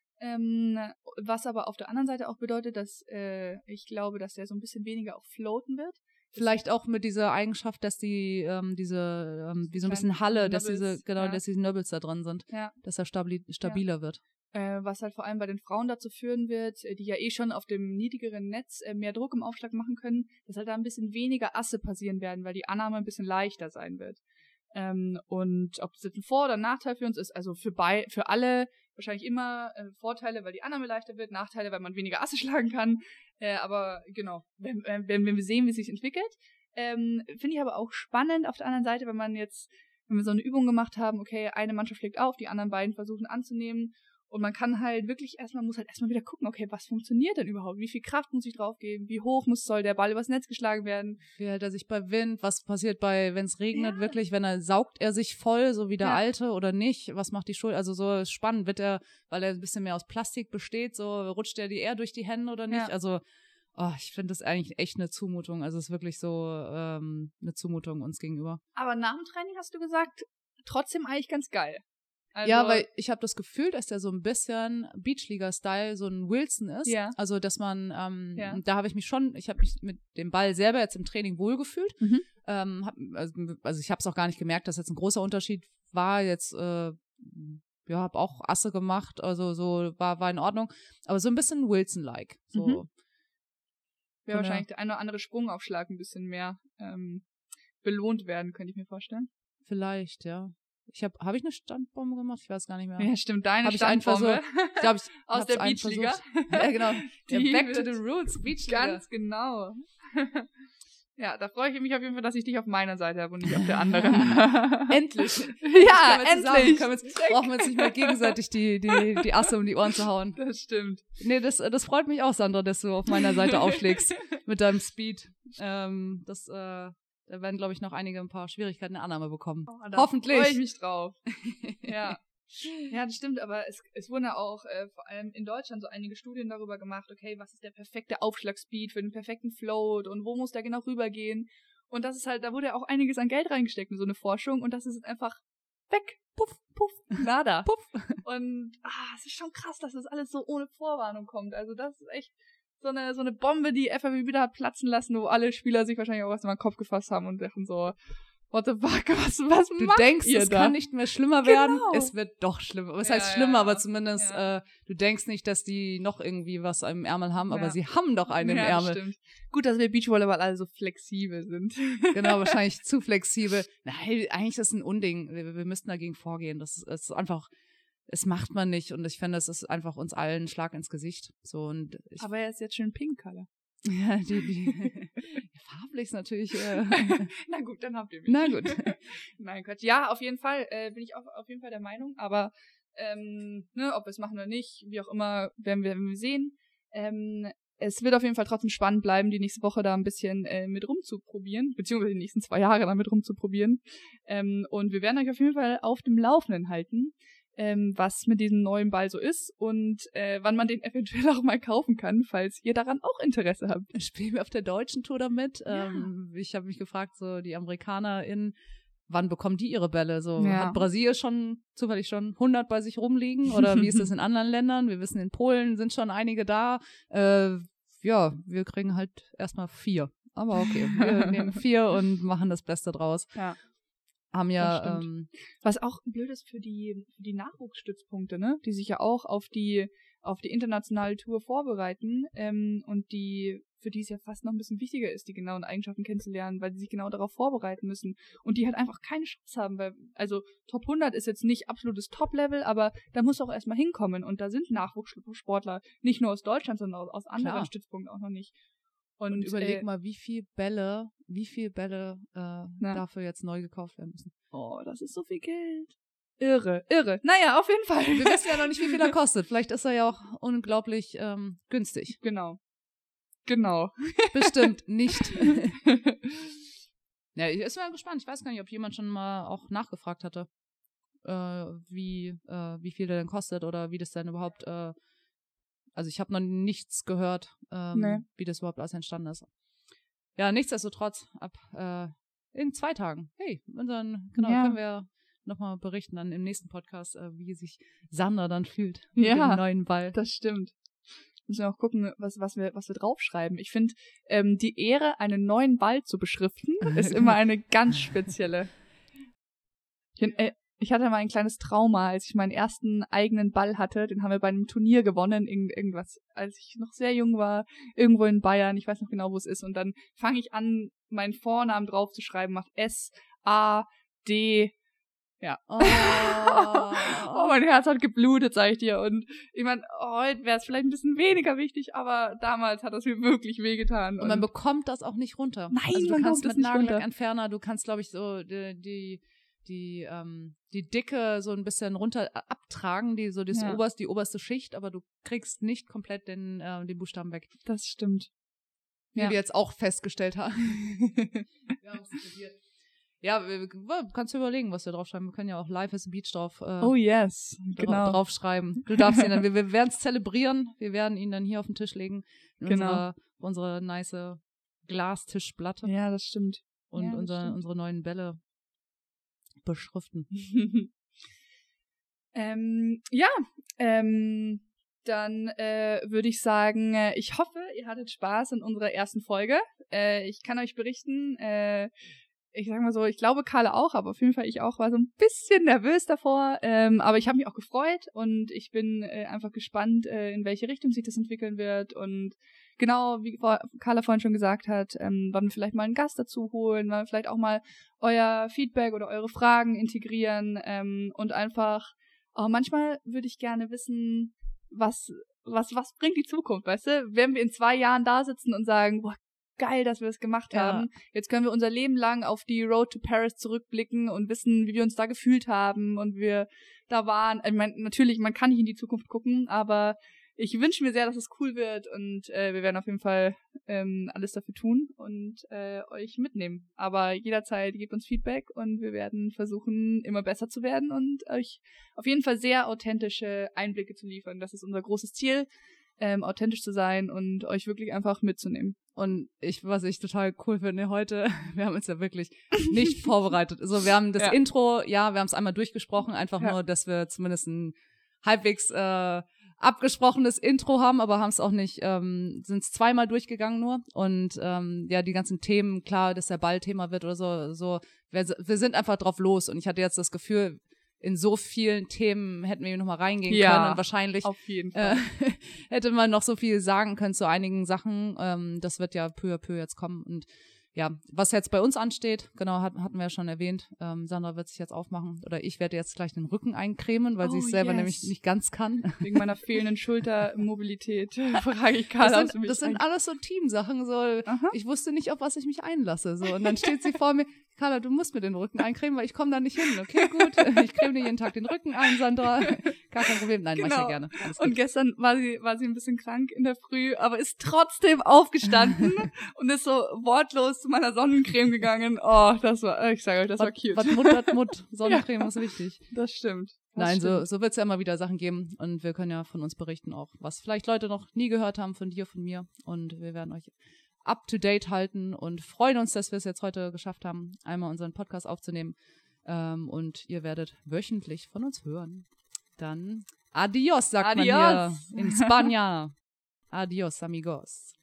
[SPEAKER 1] Ähm, was aber auf der anderen Seite auch bedeutet, dass äh, ich glaube, dass der so ein bisschen weniger auch floaten wird.
[SPEAKER 2] Vielleicht auch mit dieser Eigenschaft, dass die, ähm, diese, ähm, wie so ein bisschen Halle, dass diese,
[SPEAKER 1] Nubbles,
[SPEAKER 2] genau,
[SPEAKER 1] ja.
[SPEAKER 2] dass diese Nubbles da drin sind,
[SPEAKER 1] Ja.
[SPEAKER 2] dass er stabil, stabiler wird.
[SPEAKER 1] Äh, was halt vor allem bei den Frauen dazu führen wird, äh, die ja eh schon auf dem niedrigeren Netz äh, mehr Druck im Aufschlag machen können, dass halt da ein bisschen weniger Asse passieren werden, weil die Annahme ein bisschen leichter sein wird. Ähm, und ob das jetzt ein Vor- oder ein Nachteil für uns ist, also für bei, für alle wahrscheinlich immer äh, Vorteile, weil die Annahme leichter wird, Nachteile, weil man weniger Asse schlagen kann. Äh, aber genau, wenn, wenn, wenn wir sehen, wie es sich entwickelt. Ähm, finde ich aber auch spannend auf der anderen Seite, wenn man jetzt, wenn wir so eine Übung gemacht haben, okay, eine Mannschaft schlägt auf, die anderen beiden versuchen anzunehmen. Und man kann halt wirklich erstmal, muss halt erstmal wieder gucken, okay, was funktioniert denn überhaupt? Wie viel Kraft muss ich draufgeben? Wie hoch muss, soll der Ball übers Netz geschlagen werden?
[SPEAKER 2] Wie hält er sich bei Wind? Was passiert bei, wenn es regnet,
[SPEAKER 1] Ja.
[SPEAKER 2] wirklich? Wenn er, saugt er sich voll, so wie der
[SPEAKER 1] Ja.
[SPEAKER 2] Alte oder nicht? Was macht die Schuld? Also so ist spannend. Wird er, weil er ein bisschen mehr aus Plastik besteht, so rutscht er die eher durch die Hände oder nicht?
[SPEAKER 1] Ja.
[SPEAKER 2] Also, oh, ich finde das eigentlich echt eine Zumutung. Also es ist wirklich so ähm, eine Zumutung uns gegenüber.
[SPEAKER 1] Aber nach dem Training hast du gesagt, trotzdem eigentlich ganz geil. Also,
[SPEAKER 2] Ja, weil ich habe das Gefühl, dass der so ein bisschen Beachliga-Style so ein Wilson ist.
[SPEAKER 1] Ja.
[SPEAKER 2] Also, dass man, ähm,
[SPEAKER 1] Ja.
[SPEAKER 2] da habe ich mich schon, ich habe mich mit dem Ball selber jetzt im Training wohlgefühlt.
[SPEAKER 1] Mhm.
[SPEAKER 2] Ähm, hab, also, also ich habe es auch gar nicht gemerkt, dass jetzt ein großer Unterschied war. Jetzt, äh, ja, habe auch Asse gemacht, also so war war in Ordnung. Aber so ein bisschen Wilson-like. So.
[SPEAKER 1] Mhm. wäre
[SPEAKER 2] Von der-
[SPEAKER 1] wahrscheinlich der ein oder andere Sprungaufschlag ein bisschen mehr ähm, belohnt werden, könnte ich mir vorstellen.
[SPEAKER 2] Vielleicht, ja. Ich habe, habe ich eine Standbombe gemacht? Ich weiß gar nicht mehr.
[SPEAKER 1] Ja, stimmt, deine
[SPEAKER 2] Hab ich einen
[SPEAKER 1] Standbombe.
[SPEAKER 2] Ich glaub, ich
[SPEAKER 1] Aus
[SPEAKER 2] hab's
[SPEAKER 1] der
[SPEAKER 2] einen
[SPEAKER 1] Beachliga.
[SPEAKER 2] versucht. Ja, genau. Der
[SPEAKER 1] Die
[SPEAKER 2] Back to
[SPEAKER 1] wird
[SPEAKER 2] the Roots Beachliga.
[SPEAKER 1] Ganz genau. Ja, da freue ich mich auf jeden Fall, dass ich dich auf meiner Seite habe und nicht auf der anderen.
[SPEAKER 2] Endlich.
[SPEAKER 1] Ja,
[SPEAKER 2] Können wir zusammen-
[SPEAKER 1] endlich.
[SPEAKER 2] Können wir jetzt, brauchen wir jetzt nicht mehr gegenseitig die, die, die Asse um die Ohren zu hauen.
[SPEAKER 1] Das stimmt.
[SPEAKER 2] Nee, das, das freut mich auch, Sandra, dass du auf meiner Seite aufschlägst mit deinem Speed. Ähm, das, äh, da werden, glaube ich, noch einige ein paar Schwierigkeiten in der Annahme bekommen.
[SPEAKER 1] Oh, da
[SPEAKER 2] Hoffentlich.
[SPEAKER 1] freue ich mich drauf. Ja. Ja, das stimmt, aber es, es wurden ja auch äh, vor allem in Deutschland so einige Studien darüber gemacht, okay, was ist der perfekte Aufschlagspeed für den perfekten Float und wo muss der genau rübergehen? Und das ist halt, da wurde ja auch einiges an Geld reingesteckt in so eine Forschung und das ist einfach weg. Puff, puff, nada.
[SPEAKER 2] Puff.
[SPEAKER 1] Und ah, es ist schon krass, dass das alles so ohne Vorwarnung kommt. Also das ist echt so eine so eine Bombe, die F A W wieder hat platzen lassen, wo alle Spieler sich wahrscheinlich auch erstmal in den Kopf gefasst haben und dachten so, what the fuck, was, was
[SPEAKER 2] Du
[SPEAKER 1] macht
[SPEAKER 2] denkst,
[SPEAKER 1] ihr
[SPEAKER 2] es
[SPEAKER 1] da?
[SPEAKER 2] kann nicht mehr schlimmer werden.
[SPEAKER 1] Genau.
[SPEAKER 2] Es wird doch schlimmer. Was
[SPEAKER 1] Ja,
[SPEAKER 2] heißt
[SPEAKER 1] ja,
[SPEAKER 2] schlimmer,
[SPEAKER 1] ja.
[SPEAKER 2] aber zumindest,
[SPEAKER 1] Ja.
[SPEAKER 2] äh, du denkst nicht, dass die noch irgendwie was im Ärmel haben, aber
[SPEAKER 1] Ja.
[SPEAKER 2] sie haben doch einen im
[SPEAKER 1] ja, das
[SPEAKER 2] Ärmel.
[SPEAKER 1] stimmt. Gut, dass wir Beachvolleyball alle so flexibel sind.
[SPEAKER 2] Genau, wahrscheinlich zu flexibel. Nein, eigentlich ist das ein Unding. Wir, wir müssten dagegen vorgehen. Das ist, das ist einfach, es macht man nicht. Und ich finde, es ist einfach uns allen ein Schlag ins Gesicht. So, und ich,
[SPEAKER 1] Aber er ist jetzt schön pink color.
[SPEAKER 2] ja, die, die, farblich ist natürlich, äh,
[SPEAKER 1] Na gut, dann habt ihr mich.
[SPEAKER 2] na gut.
[SPEAKER 1] Nein, Quatsch. Ja, auf jeden Fall äh, bin ich auch auf jeden Fall der Meinung, aber ähm, ne, ob wir es machen oder nicht, wie auch immer, werden wir, werden wir sehen. Ähm, es wird auf jeden Fall trotzdem spannend bleiben, die nächste Woche da ein bisschen äh, mit rumzuprobieren, beziehungsweise die nächsten zwei Jahre damit rumzuprobieren. Ähm, und wir werden euch auf jeden Fall auf dem Laufenden halten, ähm, was mit diesem neuen Ball so ist und äh, wann man den eventuell auch mal kaufen kann, falls ihr daran auch Interesse habt.
[SPEAKER 2] Spielen wir auf der deutschen Tour damit?
[SPEAKER 1] Ja.
[SPEAKER 2] Ähm, ich habe mich gefragt, so die AmerikanerInnen, wann bekommen die ihre Bälle? So
[SPEAKER 1] Ja.
[SPEAKER 2] hat Brasilien schon zufällig schon hundert bei sich rumliegen oder wie ist das in anderen Ländern? Wir wissen, in Polen sind schon einige da. Äh, ja, wir kriegen halt erstmal vier. Aber okay, wir nehmen vier und machen das Beste draus.
[SPEAKER 1] Ja.
[SPEAKER 2] Haben ja ähm,
[SPEAKER 1] was auch blöd ist für die für die Nachwuchsstützpunkte, ne, die sich ja auch auf die auf die internationale Tour vorbereiten ähm, und die für die es ja fast noch ein bisschen wichtiger ist, die genauen Eigenschaften kennenzulernen, weil sie sich genau darauf vorbereiten müssen und die halt einfach keine Chance haben, weil also Top hundert ist jetzt nicht absolutes Top-Level, aber da muss auch erstmal hinkommen und da sind Nachwuchssportler nicht nur aus Deutschland, sondern auch aus anderen
[SPEAKER 2] Klar.
[SPEAKER 1] Stützpunkten auch noch nicht. Und,
[SPEAKER 2] und überleg
[SPEAKER 1] äh,
[SPEAKER 2] mal, wie viel Bälle, wie viel Bälle äh, dafür jetzt neu gekauft werden müssen.
[SPEAKER 1] Oh, das ist so viel Geld. Irre, irre. Naja, auf jeden Fall.
[SPEAKER 2] Wir wissen ja noch nicht, wie viel er kostet. Vielleicht ist er ja auch unglaublich ähm, günstig.
[SPEAKER 1] Genau. Genau.
[SPEAKER 2] Bestimmt nicht. Ja, ich bin mal gespannt. Ich weiß gar nicht, ob jemand schon mal auch nachgefragt hatte, äh, wie, äh, wie viel der denn kostet oder wie das denn überhaupt, äh, also ich habe noch nichts gehört, ähm,
[SPEAKER 1] nee.
[SPEAKER 2] wie das überhaupt alles entstanden ist. Ja, nichtsdestotrotz, ab äh, in zwei Tagen. Hey, und dann genau,
[SPEAKER 1] ja.
[SPEAKER 2] können wir nochmal berichten dann im nächsten Podcast, äh, wie sich Sandra dann fühlt
[SPEAKER 1] ja,
[SPEAKER 2] mit dem neuen Ball.
[SPEAKER 1] Das stimmt. Müssen wir auch gucken, was, was wir, was wir draufschreiben. Ich finde, ähm, die Ehre, einen neuen Ball zu beschriften, ist immer eine ganz spezielle. Ich, äh, ich hatte mal ein kleines Trauma, als ich meinen ersten eigenen Ball hatte. Den haben wir bei einem Turnier gewonnen, irgend, irgendwas, als ich noch sehr jung war, irgendwo in Bayern. Ich weiß noch genau, wo es ist. Und dann fange ich an, meinen Vornamen draufzuschreiben, macht S, A, D, ja.
[SPEAKER 2] Oh.
[SPEAKER 1] Oh, mein Herz hat geblutet, sag ich dir. Und ich meine, heute wäre es vielleicht ein bisschen weniger wichtig, aber damals hat das mir wirklich wehgetan.
[SPEAKER 2] Und, und man bekommt das auch nicht runter.
[SPEAKER 1] Nein,
[SPEAKER 2] also du
[SPEAKER 1] man
[SPEAKER 2] kannst
[SPEAKER 1] kommt das
[SPEAKER 2] mit
[SPEAKER 1] nicht runter.
[SPEAKER 2] Nagellackentferner, du kannst, glaube ich, so die, die, die, ähm, die Dicke so ein bisschen runter abtragen, die so das
[SPEAKER 1] ja.
[SPEAKER 2] oberste, die oberste Schicht, aber du kriegst nicht komplett den, äh, den Buchstaben weg.
[SPEAKER 1] Das stimmt.
[SPEAKER 2] Wie
[SPEAKER 1] ja.
[SPEAKER 2] wir jetzt auch festgestellt haben. Wir haben es probiert. Ja, du kannst dir überlegen, was wir draufschreiben. Wir können ja auch Life is a Beach drauf äh,
[SPEAKER 1] oh yes,
[SPEAKER 2] dra-
[SPEAKER 1] genau.
[SPEAKER 2] draufschreiben. Du darfst ihn dann, wir, wir werden es zelebrieren. Wir werden ihn dann hier auf den Tisch legen. In
[SPEAKER 1] genau.
[SPEAKER 2] Unsere, unsere nice Glastischplatte.
[SPEAKER 1] Ja, das stimmt.
[SPEAKER 2] Und
[SPEAKER 1] ja, das
[SPEAKER 2] unsere,
[SPEAKER 1] stimmt.
[SPEAKER 2] unsere neuen Bälle beschriften.
[SPEAKER 1] ähm, ja, ähm, dann äh, würde ich sagen, äh, ich hoffe, ihr hattet Spaß in unserer ersten Folge. Äh, ich kann euch berichten, äh, ich sag mal so, ich glaube Carla auch, aber auf jeden Fall ich auch war so ein bisschen nervös davor, ähm, aber ich habe mich auch gefreut und ich bin äh, einfach gespannt, äh, in welche Richtung sich das entwickeln wird und genau, wie Carla vorhin schon gesagt hat, ähm, wann wir vielleicht mal einen Gast dazu holen, wann wir vielleicht auch mal euer Feedback oder eure Fragen integrieren ähm, und einfach, auch manchmal würde ich gerne wissen, was, was, was bringt die Zukunft, weißt du? Werden wir in zwei Jahren da sitzen und sagen, boah, geil, dass wir das gemacht
[SPEAKER 2] Ja.
[SPEAKER 1] haben. Jetzt können wir unser Leben lang auf die Road to Paris zurückblicken und wissen, wie wir uns da gefühlt haben und wir da waren. Ich meine, natürlich, man kann nicht in die Zukunft gucken, aber ich wünsche mir sehr, dass es cool wird und äh, wir werden auf jeden Fall ähm, alles dafür tun und äh, euch mitnehmen. Aber jederzeit gebt uns Feedback und wir werden versuchen, immer besser zu werden und euch auf jeden Fall sehr authentische Einblicke zu liefern. Das ist unser großes Ziel, ähm, authentisch zu sein und euch wirklich einfach mitzunehmen.
[SPEAKER 2] Und ich, was ich total cool finde heute, wir haben uns ja wirklich nicht vorbereitet. Also wir haben das
[SPEAKER 1] Ja.
[SPEAKER 2] Intro, ja, wir haben es einmal durchgesprochen, einfach
[SPEAKER 1] Ja.
[SPEAKER 2] nur, dass wir zumindest ein halbwegs äh, abgesprochenes Intro haben, aber haben es auch nicht, ähm, sind es zweimal durchgegangen nur. Und ähm, ja, die ganzen Themen, klar, dass der Ball-Thema wird oder so, so wir, wir sind einfach drauf los. Und ich hatte jetzt das Gefühl, in so vielen Themen hätten wir noch mal reingehen
[SPEAKER 1] Ja,
[SPEAKER 2] können und wahrscheinlich
[SPEAKER 1] auf jeden Fall.
[SPEAKER 2] äh, hätte man noch so viel sagen können zu einigen Sachen. Ähm, das wird ja peu à peu jetzt kommen. Und ja, was jetzt bei uns ansteht, genau, hat, hatten wir ja schon erwähnt, ähm, Sandra wird sich jetzt aufmachen oder ich werde jetzt gleich den Rücken eincremen, weil
[SPEAKER 1] Oh,
[SPEAKER 2] sie es selber
[SPEAKER 1] yes.
[SPEAKER 2] nämlich nicht ganz kann.
[SPEAKER 1] Wegen meiner fehlenden Schultermobilität frage ich Carla,
[SPEAKER 2] Das
[SPEAKER 1] ob sie
[SPEAKER 2] sind,
[SPEAKER 1] mich
[SPEAKER 2] das sind
[SPEAKER 1] ein-
[SPEAKER 2] alles so Teamsachen. So,
[SPEAKER 1] Aha.
[SPEAKER 2] ich wusste nicht, auf was ich mich einlasse. So. Und dann steht sie vor mir, Carla, du musst mir den Rücken eincremen, weil ich komme da nicht hin. Okay, gut, ich creme dir jeden Tag den Rücken ein, Sandra. Gar kein Problem. Nein, genau. Mach ich ja gerne.
[SPEAKER 1] Und gestern war sie, war sie ein bisschen krank in der Früh, aber ist trotzdem aufgestanden und ist so wortlos zu meiner Sonnencreme gegangen. Oh, das war, ich sage euch, das
[SPEAKER 2] was,
[SPEAKER 1] war cute.
[SPEAKER 2] Was Mut hat Mut. Sonnencreme ja. ist wichtig.
[SPEAKER 1] Das stimmt. Das
[SPEAKER 2] Nein,
[SPEAKER 1] stimmt.
[SPEAKER 2] so, so wird es ja immer wieder Sachen geben und wir können ja von uns berichten auch, was vielleicht Leute noch nie gehört haben von dir, von mir und wir werden euch up to date halten und freuen uns, dass wir es jetzt heute geschafft haben, einmal unseren Podcast aufzunehmen ähm, und ihr werdet wöchentlich von uns hören. Dann adios, sagt
[SPEAKER 1] adios.
[SPEAKER 2] man hier in Spanien. Adios, amigos.